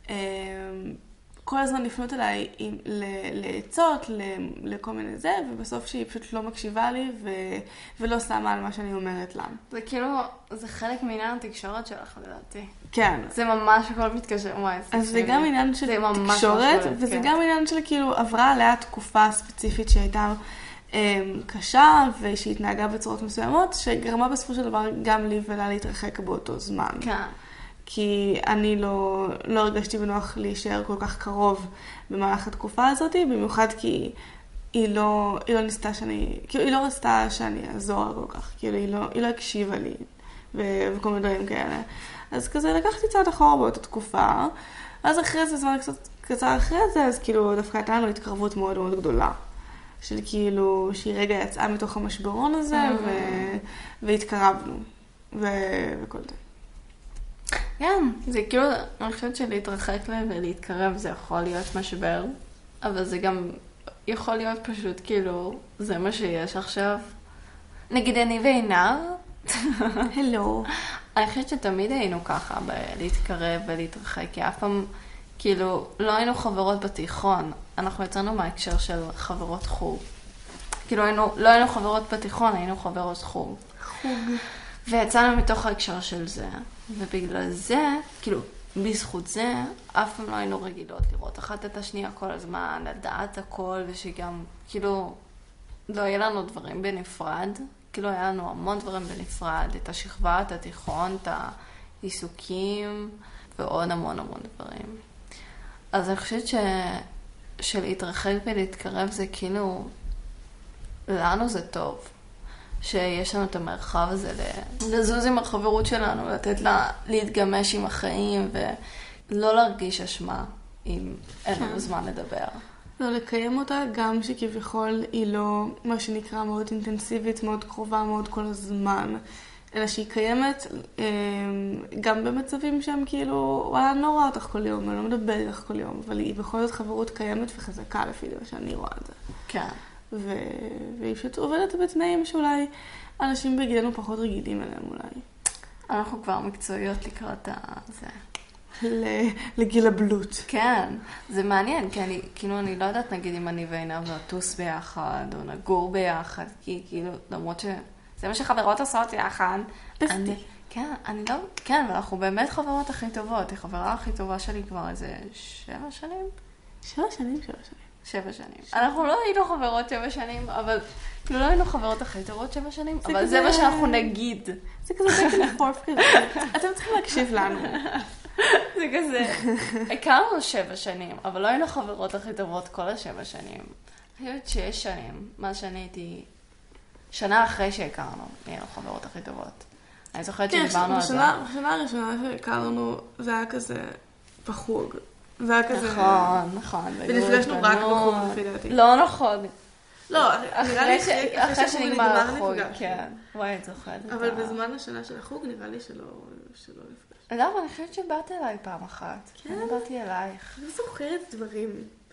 Speaker 2: כל הזמן לפנות אליי לעצות, לכל מיני זה, ובסוף שהיא פשוט לא מקשיבה לי ולא שמה על מה שאני אומרת לה.
Speaker 1: זה כאילו, זה חלק מעניין התקשורת שלך, לדעתי.
Speaker 2: כן.
Speaker 1: זה ממש הכל מתקשר, וואי.
Speaker 2: אז זה גם עניין של תקשורת, וזה גם עניין של כאילו עברה עליה תקופה ספציפית שהייתה קשה, ושהתנהגה בצורות מסוימות, שגרמה בסופו של דבר גם לי ולה להתרחק באותו זמן.
Speaker 1: כן.
Speaker 2: כי אני לא הרגשתי בנוח להישאר כל כך קרוב במהלך התקופה הזאת, במיוחד כי היא לא ניסתה כאילו היא לא רצתה שאני אעזור כל כך, כאילו היא לא הקשיבה לי וכל מיני דברים כאלה. אז כזה לקחתי צעד אחורה באותה תקופה, אז אחרי זה, זמן קצת קצר אחרי זה, אז כאילו דווקא הייתה לנו התקרבות מאוד מאוד גדולה. של כאילו שהיא רגע יצאה מתוך המשברון הזה והתקרבנו וכל זה.
Speaker 1: כן, זה כאילו, אני חושבת שלהתרחק להם ולהתקרב זה יכול להיות משבר, אבל זה גם יכול להיות פשוט כאילו, זה מה שיש עכשיו. נגיד אני ועינב.
Speaker 2: הלו.
Speaker 1: אני חושבת שתמיד היינו ככה להתקרב ולהתרחק, כי אף פעם כאילו לא היינו חברות בתיכון, אנחנו יצאנו מההקשר של חברות חוג. כאילו לא היינו חברות בתיכון, היינו חברות חוג. ויצאנו מתוך ההקשר של זה, ובגלל זה, כאילו, בזכות זה, אף פעם לא היינו רגילות לראות אחת את השנייה כל הזמן, לדעת הכל, ושגם, כאילו, לא היה לנו דברים בנפרד, כאילו היה לנו המון דברים בנפרד, את השכבה, את התיכון, את העיסוקים, ועוד המון דברים. אז אני חושבת שלהתרחק ולהתקרב זה כאילו, לנו זה טוב. שיש לנו את המרחב הזה לזוז עם החברות שלנו, לתת לה להתגמש עם החיים ולא להרגיש אשמה אם אין לנו זמן לדבר.
Speaker 2: לא, לקיים אותה גם שכביכול היא לא מה שנקרא מאוד אינטנסיבית, מאוד קרובה, מאוד כל הזמן, אלא שהיא קיימת גם במצבים שהם כאילו, וואלה, אני לא רואה אותך כל יום, אני לא מדברת איתך כל יום, אבל היא בכל זאת חברות קיימת וחזקה לפי דבר שאני רואה את זה.
Speaker 1: כן.
Speaker 2: והיא פשוט עובדת בתנאים שאולי אנשים בגילנו פחות רגילים אליהם אולי.
Speaker 1: אנחנו כבר מקצועיות לקראת זה.
Speaker 2: לגיל הבלוט.
Speaker 1: כן, זה מעניין, כי אני לא יודעת, נגיד, אם אני ועינב נטוס ביחד, או נגור ביחד, כי כאילו, למרות שזה מה שחברות עושות יחד. כן, כן, ואנחנו באמת חברות הכי טובות. היא חברה הכי טובה שלי כבר איזה 7 שנים.
Speaker 2: 7 שנים.
Speaker 1: 7 שנים. אנחנו לא היינו חברות 7 שנים, אבל כאילו לא היינו חברות הכי טובות 7 שנים, אבל זה מה שאנחנו נגיד.
Speaker 2: זה כזה back and forth כזה. אתם צריכים להקשיב לנו.
Speaker 1: זה כזה, הכרנו 7 שנים, אבל לא היינו חברות הכי טובות כל 7 שנים. אני חושבת 6 שנים, מה שאני הייתי, שנה אחרי שהכרנו, היינו חברות הכי טובות. אני זוכרת שדיברנו על זה.
Speaker 2: בשנה הראשונה שהכרנו, זה היה כזה בחוג. זה היה כזה...
Speaker 1: נכון.
Speaker 2: ונפגשנו רק בחוג, לפי דעתי.
Speaker 1: לא נכון.
Speaker 2: לא,
Speaker 1: אחרי שנגמר החוג, כן. וואי, את זוכרת.
Speaker 2: אבל בזמן השנה של החוג נראה לי שלא נפגשנו.
Speaker 1: למה? אני חושבת שבאת אליי פעם אחת. כן? אני באתי אלייך.
Speaker 2: אני זוכרת דברים.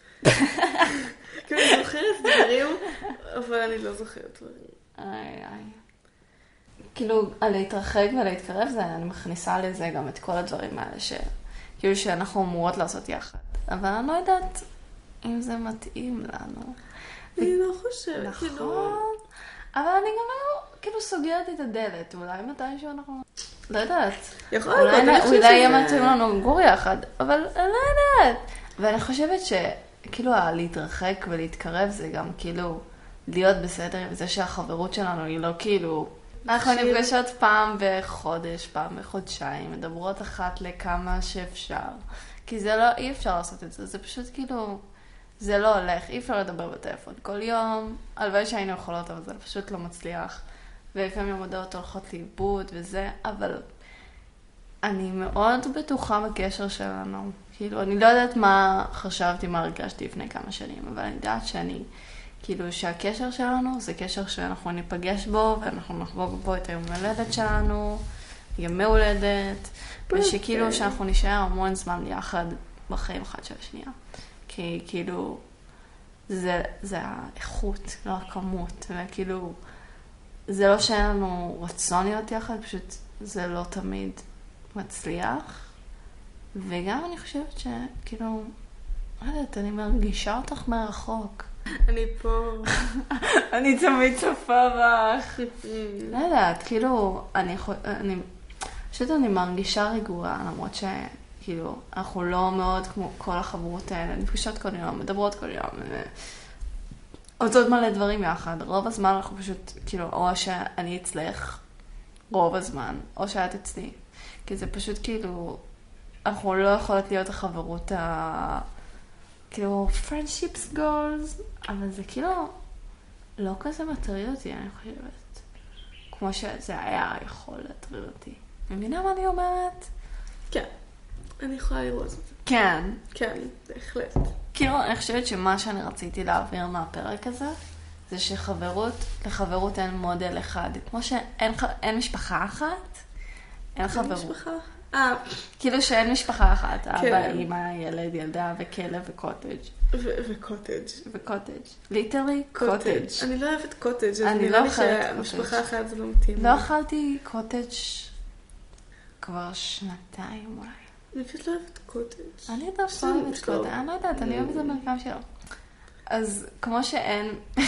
Speaker 2: כאילו, אני זוכרת דברים, אבל אני לא זוכרת דברים.
Speaker 1: איי. כאילו, להתרחק ולהתקרב זה, אני מכניסה לזה גם את כל הדברים האלה כאילו שאנחנו אמורות לעשות יחד. אבל אני לא יודעת אם זה מתאים לנו.
Speaker 2: אני לא חושבת.
Speaker 1: נכון. אבל אני גם לא, כאילו, סוגרת את הדלת. אולי מתישהו אנחנו... לא יודעת. אולי יהיה מתאים לנו לגור יחד, אבל אני לא יודעת. ואני חושבת שכאילו להתרחק ולהתקרב זה גם כאילו להיות בסדר עם זה שהחברות שלנו היא לא כאילו... אנחנו נפגשות פעם בחודש, פעם בחודשיים, מדברות אחת לכמה שאפשר. כי זה לא, אי אפשר לעשות את זה, זה פשוט כאילו, זה לא הולך, אי אפשר לדבר בטלפון כל יום, הלוואי שהיינו יכולות, אבל זה פשוט לא מצליח. ולפעמים המודעות הולכות לאיבוד וזה, אבל אני מאוד בטוחה בקשר שלנו. כאילו, אני לא יודעת מה חשבתי, מה הרגשתי לפני כמה שנים, אבל אני יודעת כאילו שהקשר שלנו זה קשר שאנחנו ניפגש בו, ואנחנו נחגוג בו את היום הולדת שלנו, ימי הולדת, ושכאילו שאנחנו נשאר המון זמן יחד בחיים אחד של השנייה. כי כאילו, זה האיכות, לא הכמות, וכאילו, זה לא שאין לנו רצון להיות יחד, פשוט זה לא תמיד מצליח. וגם אני חושבת שכאילו, לא יודעת, אני מרגישה אותך מרחוק.
Speaker 2: אני פה.
Speaker 1: אני תמיד צופה בך. לא יודעת, כאילו, פשוט אני מרגישה רגועה, למרות שכאילו, אנחנו לא מאוד כמו כל החברות האלה, נפגשות כל יום, מדברות כל יום, עושות מלא דברים יחד. רוב הזמן אנחנו פשוט, כאילו, או שאני אצלך, רוב הזמן, או שאת אצלי. כי זה פשוט כאילו, אנחנו לא יכולות להיות החברות כאילו, friendships goals, אבל זה כאילו לא כזה מטריד אותי, אני חושבת. כמו שזה היה יכול להטריד אותי. מבינה מה אני אומרת?
Speaker 2: כן, אני יכולה לראות את זה.
Speaker 1: כן.
Speaker 2: כן, בהחלט.
Speaker 1: כאילו, אני חושבת שמה שאני רציתי להעביר מהפרק הזה, זה לחברות אין מודל אחד. כמו שאין משפחה אחת, אין חברות.
Speaker 2: משפחה?
Speaker 1: כאילו שאין משפחה אחת, אבא, אמא, ילד, ילדה וקלב וקוטג'. וקוטג'. ליטרלי קוטג'.
Speaker 2: אני לא אוהבת קוטג', אז נראה לי שהמשפחה אחת זה לא מתאים.
Speaker 1: לא אכלתי קוטג' כבר 2 אולי.
Speaker 2: אני פשוט לא אוהבת קוטג'.
Speaker 1: אני דווקא אוהבת קוטג', אני לא יודעת, אני אוהבת את המרקם שלו. אז כמו שאין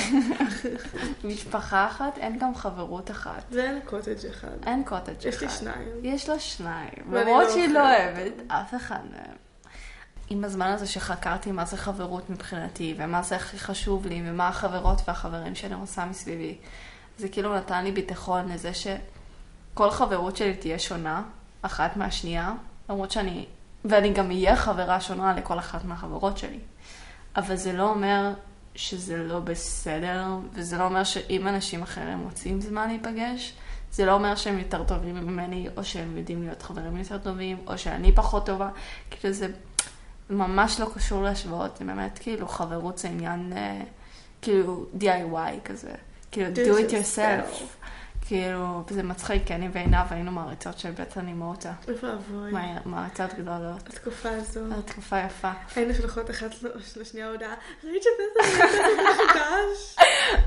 Speaker 1: משפחה אחת, אין גם חברות אחת.
Speaker 2: ואין קוטג' אחד.
Speaker 1: אין קוטג' אחד.
Speaker 2: יש לי 2.
Speaker 1: יש לו 2. למרות שהיא לא אוהבת, אף אחד מהם. עם הזמן הזה שחקרתי מה זה חברות מבחינתי, ומה זה הכי חשוב לי, ומה החברות והחברים שאני עושה מסביבי, זה כאילו נתן לי ביטחון לזה שכל חברות שלי תהיה שונה, אחת מהשנייה, למרות ואני גם אהיה חברה שונה לכל אחת מהחברות שלי. אבל זה לא אומר שזה לא בסדר, וזה לא אומר שאם אנשים אחרים מוצאים זמן להיפגש, זה לא אומר שהם יותר טובים ממני, או שהם יודעים להיות חברים יותר טובים, או שאני פחות טובה. כאילו זה ממש לא קשור להשוואות, זה באמת כאילו חברות זה עניין, כאילו DIY כזה. כאילו do it yourself. כאילו, זה מצחיק, כי אני ועינב היינו מעריצות של בטן אימהותה.
Speaker 2: איפה אבוי.
Speaker 1: מעריצות גדולות.
Speaker 2: התקופה הזו.
Speaker 1: התקופה יפה.
Speaker 2: היינו שלחות אחת לשנייה הודעה, ראית שבטן מחודש?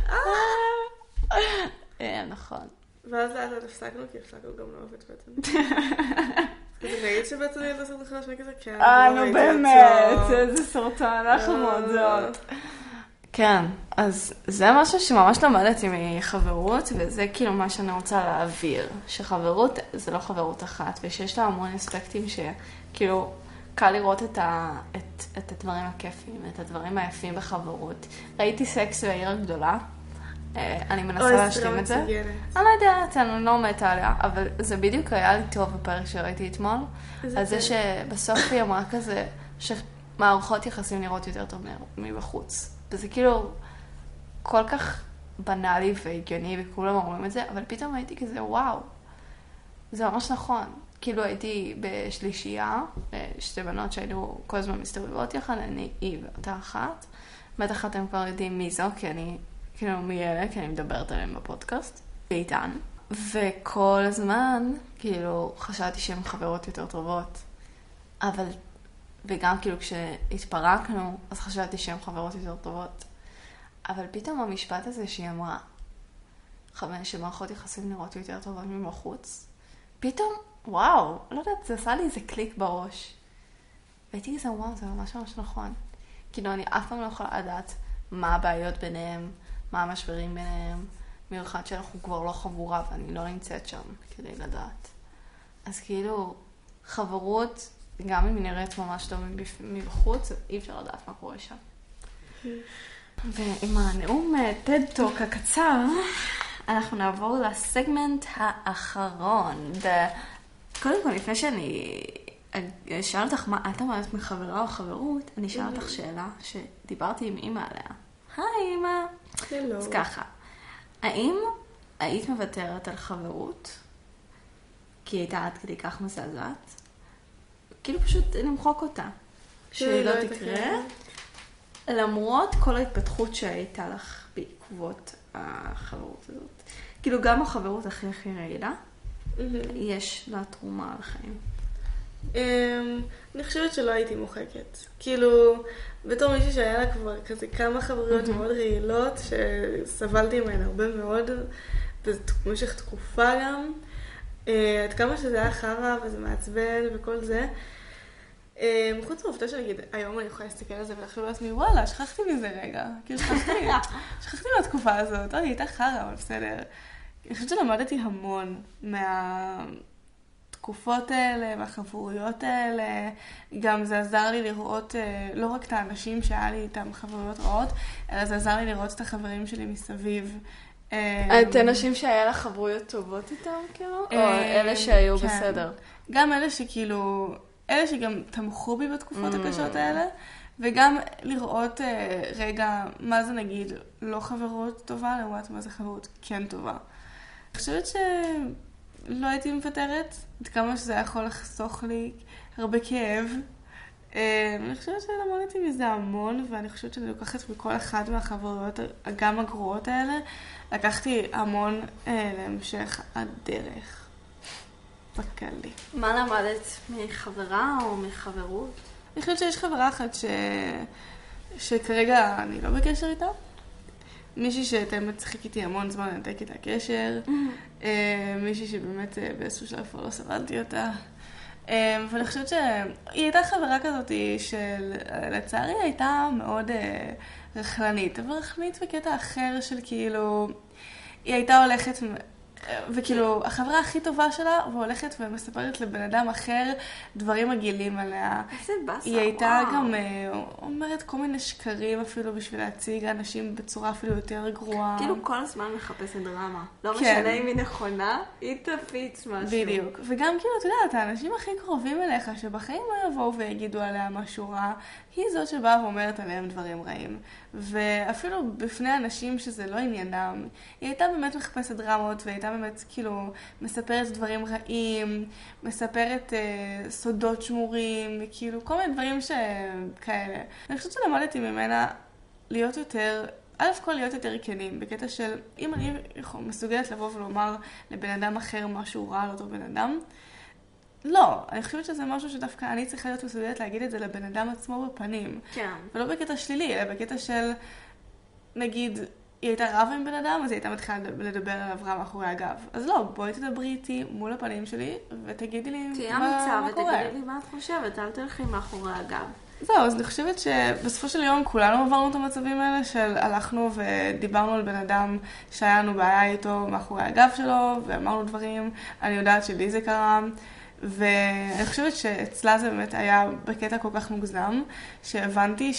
Speaker 1: נכון.
Speaker 2: ואז לאט לאט הפסקנו, כי הפסקנו גם לא אוהבת בטן. ראית שבטן ילדה סרטן חדש מכזה? כן.
Speaker 1: נו באמת, איזה סרטן, אנחנו מועדות. כן, אז זה משהו שממש למדתי מחברות, וזה כאילו מה שאני רוצה להעביר, שחברות זה לא חברות אחת, ושיש לה המון אספקטים שכאילו קל לראות את הדברים הכיפים, את הדברים היפים בחברות. ראיתי סקס בעיר הגדולה, אני מנסה להשלים את זה. אני לא יודעת, אני לא מתה עליה, אבל זה בדיוק היה לי טוב בפרק שראיתי אתמול, על זה שבסוף היא אמרה כזה, שמערכות יחסים נראות יותר טוב מבחוץ. וזה כאילו כל כך בנאלי והגיוני, וכולם אומרים את זה, אבל פתאום הייתי כזה, וואו, זה ממש נכון. כאילו הייתי בשלישייה, שתי בנות שהיינו כל הזמן מסתובבות יחד, היא ואותה אחת. בטח אתם כבר יודעים מי זו, כי אני, כאילו מי אלה, כי אני מדברת עליהם בפודקאסט, ואיתן. וכל הזמן, כאילו, חשבתי שהן חברות יותר טובות. אבל וגם כאילו כשהתפרקנו, אז חשבתי שהן חברות יותר טובות. אבל פתאום המשפט הזה שהיא אמרה, שמערכות יחסים נראות יותר טובות מבחוץ, פתאום, וואו, לא יודעת, זה עשה לי איזה קליק בראש. והייתי כזה, וואו, זה ממש ממש נכון. כאילו, אני אף פעם לא יכולה לדעת מה הבעיות ביניהם, מה המשברים ביניהם, במיוחד שאנחנו כבר לא חבורה ואני לא נמצאת שם כדי לדעת. אז כאילו, חברות, גם אם היא נראית ממש טוב מבחוץ, אי אפשר לדעת מה קורה שם. ועם הנאום טד-טוק הקצר, אנחנו נעבור לסגמנט האחרון. קודם כל, לפני שאני אשאל אותך מה את אומרת מחברה או חברות, אני אשאל אותך שאלה שדיברתי עם אמא עליה. היי אמא.
Speaker 2: הלו.
Speaker 1: אז ככה, האם היית מוותרת על חברות? כי הייתה עד כדי כך מזעזעת? כאילו פשוט למחוק אותה. שהיא לא תקרה. למרות כל ההתפתחות שהייתה לך בעקבות החברות הזאת. כאילו גם החברות הכי רעילה, יש לה תרומה על החיים.
Speaker 2: אני חושבת שלא הייתי מוחקת. כאילו, בתור מישהי שהיה לה כבר כזה כמה חברות מאוד רעילות, שסבלתי מהן הרבה מאוד, במשך תקופה גם. עד כמה שזה היה חרא וזה מעצבן וכל זה. חוץ מהעובדה שנגיד, היום אני יכולה להסתכל על זה ולחשוב לעצמי, וואלה, שכחתי מזה רגע. כאילו שכחתי מהתקופה הזאת. היא הייתה חרא, אבל בסדר. אני חושבת שלמדתי המון מהתקופות האלה, מהחברויות האלה. גם זה עזר לי לראות לא רק את האנשים שהיה לי איתם חברויות רעות, אלא זה עזר לי לראות את החברים שלי מסביב.
Speaker 1: את אנשים שהיה לך חברויות טובות איתם, כאילו? או אלה שהיו בסדר?
Speaker 2: גם אלה שכאילו, אלה שגם תמכו בי בתקופות הקשות האלה, וגם לראות רגע מה זה נגיד לא חברות טובה, לעומת מה זה חברות כן טובה. אני חושבת שלא הייתי מוותרת, עד כמה שזה יכול לחסוך לי הרבה כאב. אני חושבת שלמדתי מזה המון, ואני חושבת שאני לוקחת מכל אחד מהחברויות, גם הגרועות האלה, לקחתי המון להמשך הדרך. בקלי.
Speaker 1: מה למדת מחברה או מחברות?
Speaker 2: אני חושבת שיש חברה אחת שכרגע אני לא בקשר איתה. מישהי שתאמת צחיק איתי המון זמן לנתק איתה קשר. מישהי שבאמת באיזשהו שלב כבר לא סבלתי אותה. ואני חושבת שהיא הייתה חברה כזאת שלצערי הייתה מאוד רכלנית. אבל רכלנית בקטע אחר של כאילו, היא הייתה הולכת וכאילו, החברה הכי טובה שלה, והולכת ומספרת לבן אדם אחר דברים מגעילים עליה.
Speaker 1: איזה באסה,
Speaker 2: היא הייתה גם אומרת כל מיני שקרים אפילו בשביל להציג אנשים בצורה אפילו יותר גרועה.
Speaker 1: כאילו כל הזמן מחפשת דרמה. לא משנה אם היא נכונה, היא תפיץ משהו.
Speaker 2: בדיוק. וגם כאילו, אתה יודע, האנשים הכי קרובים אליך, שבחיים לא יבואו ויגידו עליה משהו רע, היא זאת שבאה ואומרת עליהם דברים רעים. ואפילו בפני אנשים שזה לא עניינם, היא הייתה באמת מחפשת דרמות, והייתה באמת כאילו מספרת דברים רעים, מספרת סודות שמורים, כאילו כל מיני דברים שכאלה. אני חושבת שלמדתי ממנה להיות יותר, א' כל להיות יותר כנים, בקטע של אם אני מסוגלת לבוא ולומר לבן אדם אחר משהו רע על אותו בן אדם, לא, אני חושבת שזה משהו שדווקא אני צריכה להיות מסוגלת להגיד את זה לבן אדם עצמו בפנים.
Speaker 1: כן.
Speaker 2: ולא בקטע שלילי, אלא בקטע של, נגיד, היא הייתה רבה עם בן אדם, אז היא הייתה מתחילה לדבר עליו רע מאחורי הגב. אז לא, בואי תדברי איתי מול הפנים שלי, ותגידי לי מה קורה.
Speaker 1: תהיה אמיצה ותגידי לי מה את חושבת, אל תלכי מאחורי הגב.
Speaker 2: זהו, אז אני חושבת שבסופו של יום כולנו עברנו את המצבים האלה של הלכנו ודיברנו על בן אדם שהיה לנו בעיה איתו מאחורי הגב שלו, ואמרנו דברים, אני יודעת שלי זה קרה. ואני חושבת שאצלה זה באמת היה בקטע כל כך מוגזם, שהבנתי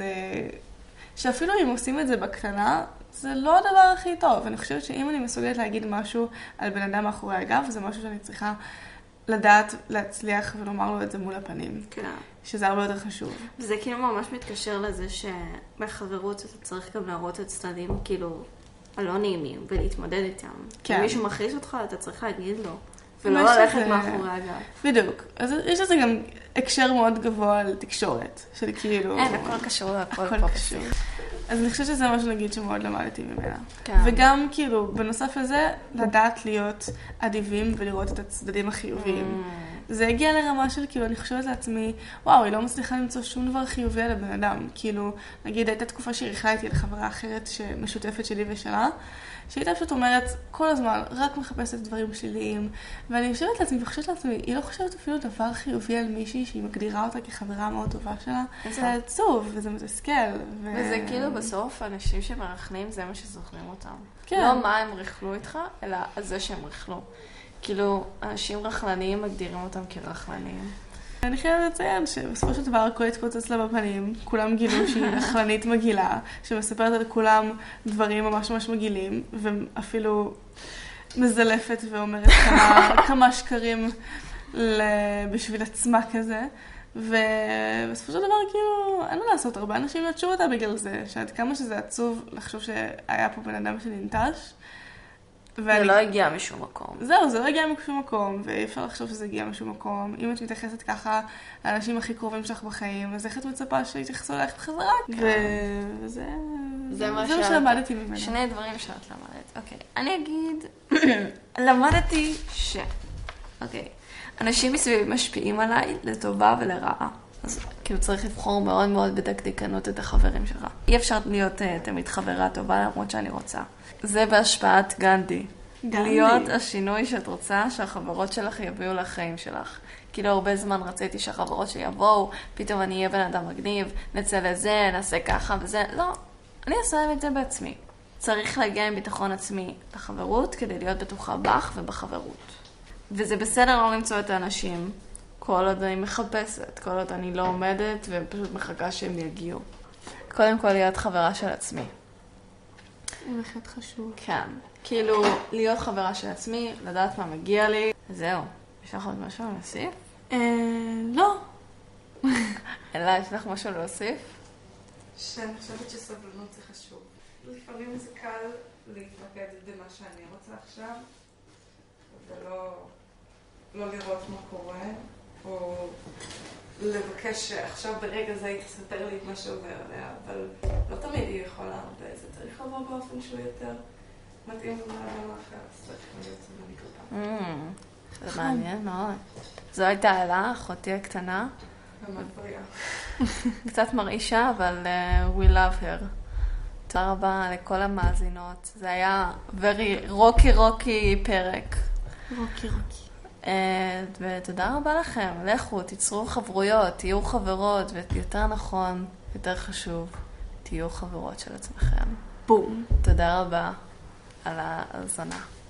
Speaker 2: שאפילו אם עושים את זה בקטנה, זה לא הדבר הכי טוב. אני חושבת שאם אני מסוגלת להגיד משהו על בן אדם מאחורי הגב, זה משהו שאני צריכה לדעת, להצליח ולומר לו את זה מול הפנים.
Speaker 1: כן.
Speaker 2: שזה הרבה יותר חשוב.
Speaker 1: וזה כאילו ממש מתקשר לזה שבחברות אתה צריך גם להראות את צדדים כאילו הלא נעימים ולהתמודד איתם.
Speaker 2: כן.
Speaker 1: אם מישהו מכריז אותך, אתה צריך להגיד לו. ולא ללכת מאחורי הגב.
Speaker 2: בדיוק. אז יש לזה גם הקשר מאוד גבוה לתקשורת, של כאילו...
Speaker 1: אין, הכל קשור, הכל קשור.
Speaker 2: אז אני חושבת שזה משהו נגיד שמאוד למדתי ממנה.
Speaker 1: כן.
Speaker 2: וגם כאילו, בנוסף לזה, לדעת להיות אדיבים ולראות את הצדדים החיוביים. זה הגיע לרמה של כאילו, אני חושבת לעצמי, וואו, היא לא מצליחה למצוא שום דבר חיובי על הבן אדם. כאילו, נגיד, הייתה תקופה שהריחה איתי לחברה אחרת משותפת שלי ושלה, שהייתה פשוט אומרת כל הזמן, רק מחפשת דברים שליליים. ואני חושבת לעצמי, וחושבת לעצמי, היא לא חושבת אפילו דבר חיובי על מישהי שהיא מגדירה אותה כחברה מאוד טובה שלה. זה עצוב, וזה מתסכל.
Speaker 1: וזה כאילו בסוף, אנשים שמרחנים, זה מה שזוכרים אותם.
Speaker 2: כן.
Speaker 1: לא מה הם ריחלו איתך, אלא על זה שהם ריחלו. כאילו, אנשים רחלניים מגדירים אותם כרחלניים.
Speaker 2: אני חייבת לציין שבסופו של דבר הכל התפוצץ לה בפנים, כולם גילו שהיא רחלנית מגעילה, שמספרת על כולם דברים ממש ממש מגעילים, ואפילו מזלפת ואומרת כמה שקרים בשביל עצמה כזה, ובסופו של דבר כאילו אין מה לעשות, הרבה אנשים נטשו אותה בגלל זה, שעד כמה שזה עצוב לחשוב שהיה פה בן אדם שננטש,
Speaker 1: זה לא הגיע משום מקום.
Speaker 2: זהו, זה לא הגיע משום מקום, ואי אפשר לחשוב שזה הגיע משום מקום. אם את מתייחסת ככה לאנשים הכי קרובים שלך בחיים, אז איך את מצפה שיתייחסו אליך בחזרה? וזה מה שלמדתי ממנו.
Speaker 1: שני דברים שאת למדת. אוקיי, אני אגיד, למדתי אוקיי, אנשים מסביבי משפיעים עליי לטובה ולרעה. אז כאילו צריך לבחור מאוד מאוד בדקדקנות את החברים שלך. אי אפשר להיות תמיד חברה טובה למרות שאני רוצה. זה בהשפעת גנדי. להיות השינוי שאת רוצה שהחברות שלך יביאו לחיים שלך. כאילו הרבה זמן רציתי שהחברות שלי יבואו, פתאום אני אהיה בן אדם מגניב, נצא לזה, נעשה ככה וזה. לא, אני אעשה את זה בעצמי. צריך להגיע עם ביטחון עצמי לחברות כדי להיות בטוחה בך ובחברות. וזה בסדר לא למצוא את האנשים. כל עוד אני מחפשת, כל עוד אני לא עומדת ופשוט מחכה שהם יגיעו. קודם כל להיות חברה של עצמי.
Speaker 2: זה באמת חשוב.
Speaker 1: כן. כאילו, להיות חברה של עצמי, לדעת מה מגיע לי. זהו. יש לך עוד משהו להוסיף?
Speaker 2: לא.
Speaker 1: אלא, יש לך משהו להוסיף?
Speaker 2: שאני חושבת שסבלנות זה חשוב. לפעמים זה קל להתמקד במה שאני רוצה עכשיו, ולא לראות מה קורה, או לבקש שעכשיו ברגע זה היא תספר לי את מה שעובר עליה, אבל לא תמיד היא יכולה, וזה צריך לבוא באופן שהוא יותר מתאים לבן אחר, אז צריך להיות סבלנית אותה.
Speaker 1: זה מעניין מאוד. זו הייתה אלה, אחותי הקטנה.
Speaker 2: ממש בריאה.
Speaker 1: קצת מרעישה, אבל we love her. תודה רבה לכל המאזינות. זה היה very רוקי פרק.
Speaker 2: רוקי.
Speaker 1: ותודה רבה לכם. לכו, תיצרו חברויות, תהיו חברות, ויותר נכון, יותר חשוב, תהיו חברות של עצמכם.
Speaker 2: בום.
Speaker 1: תודה רבה על ההאזנה.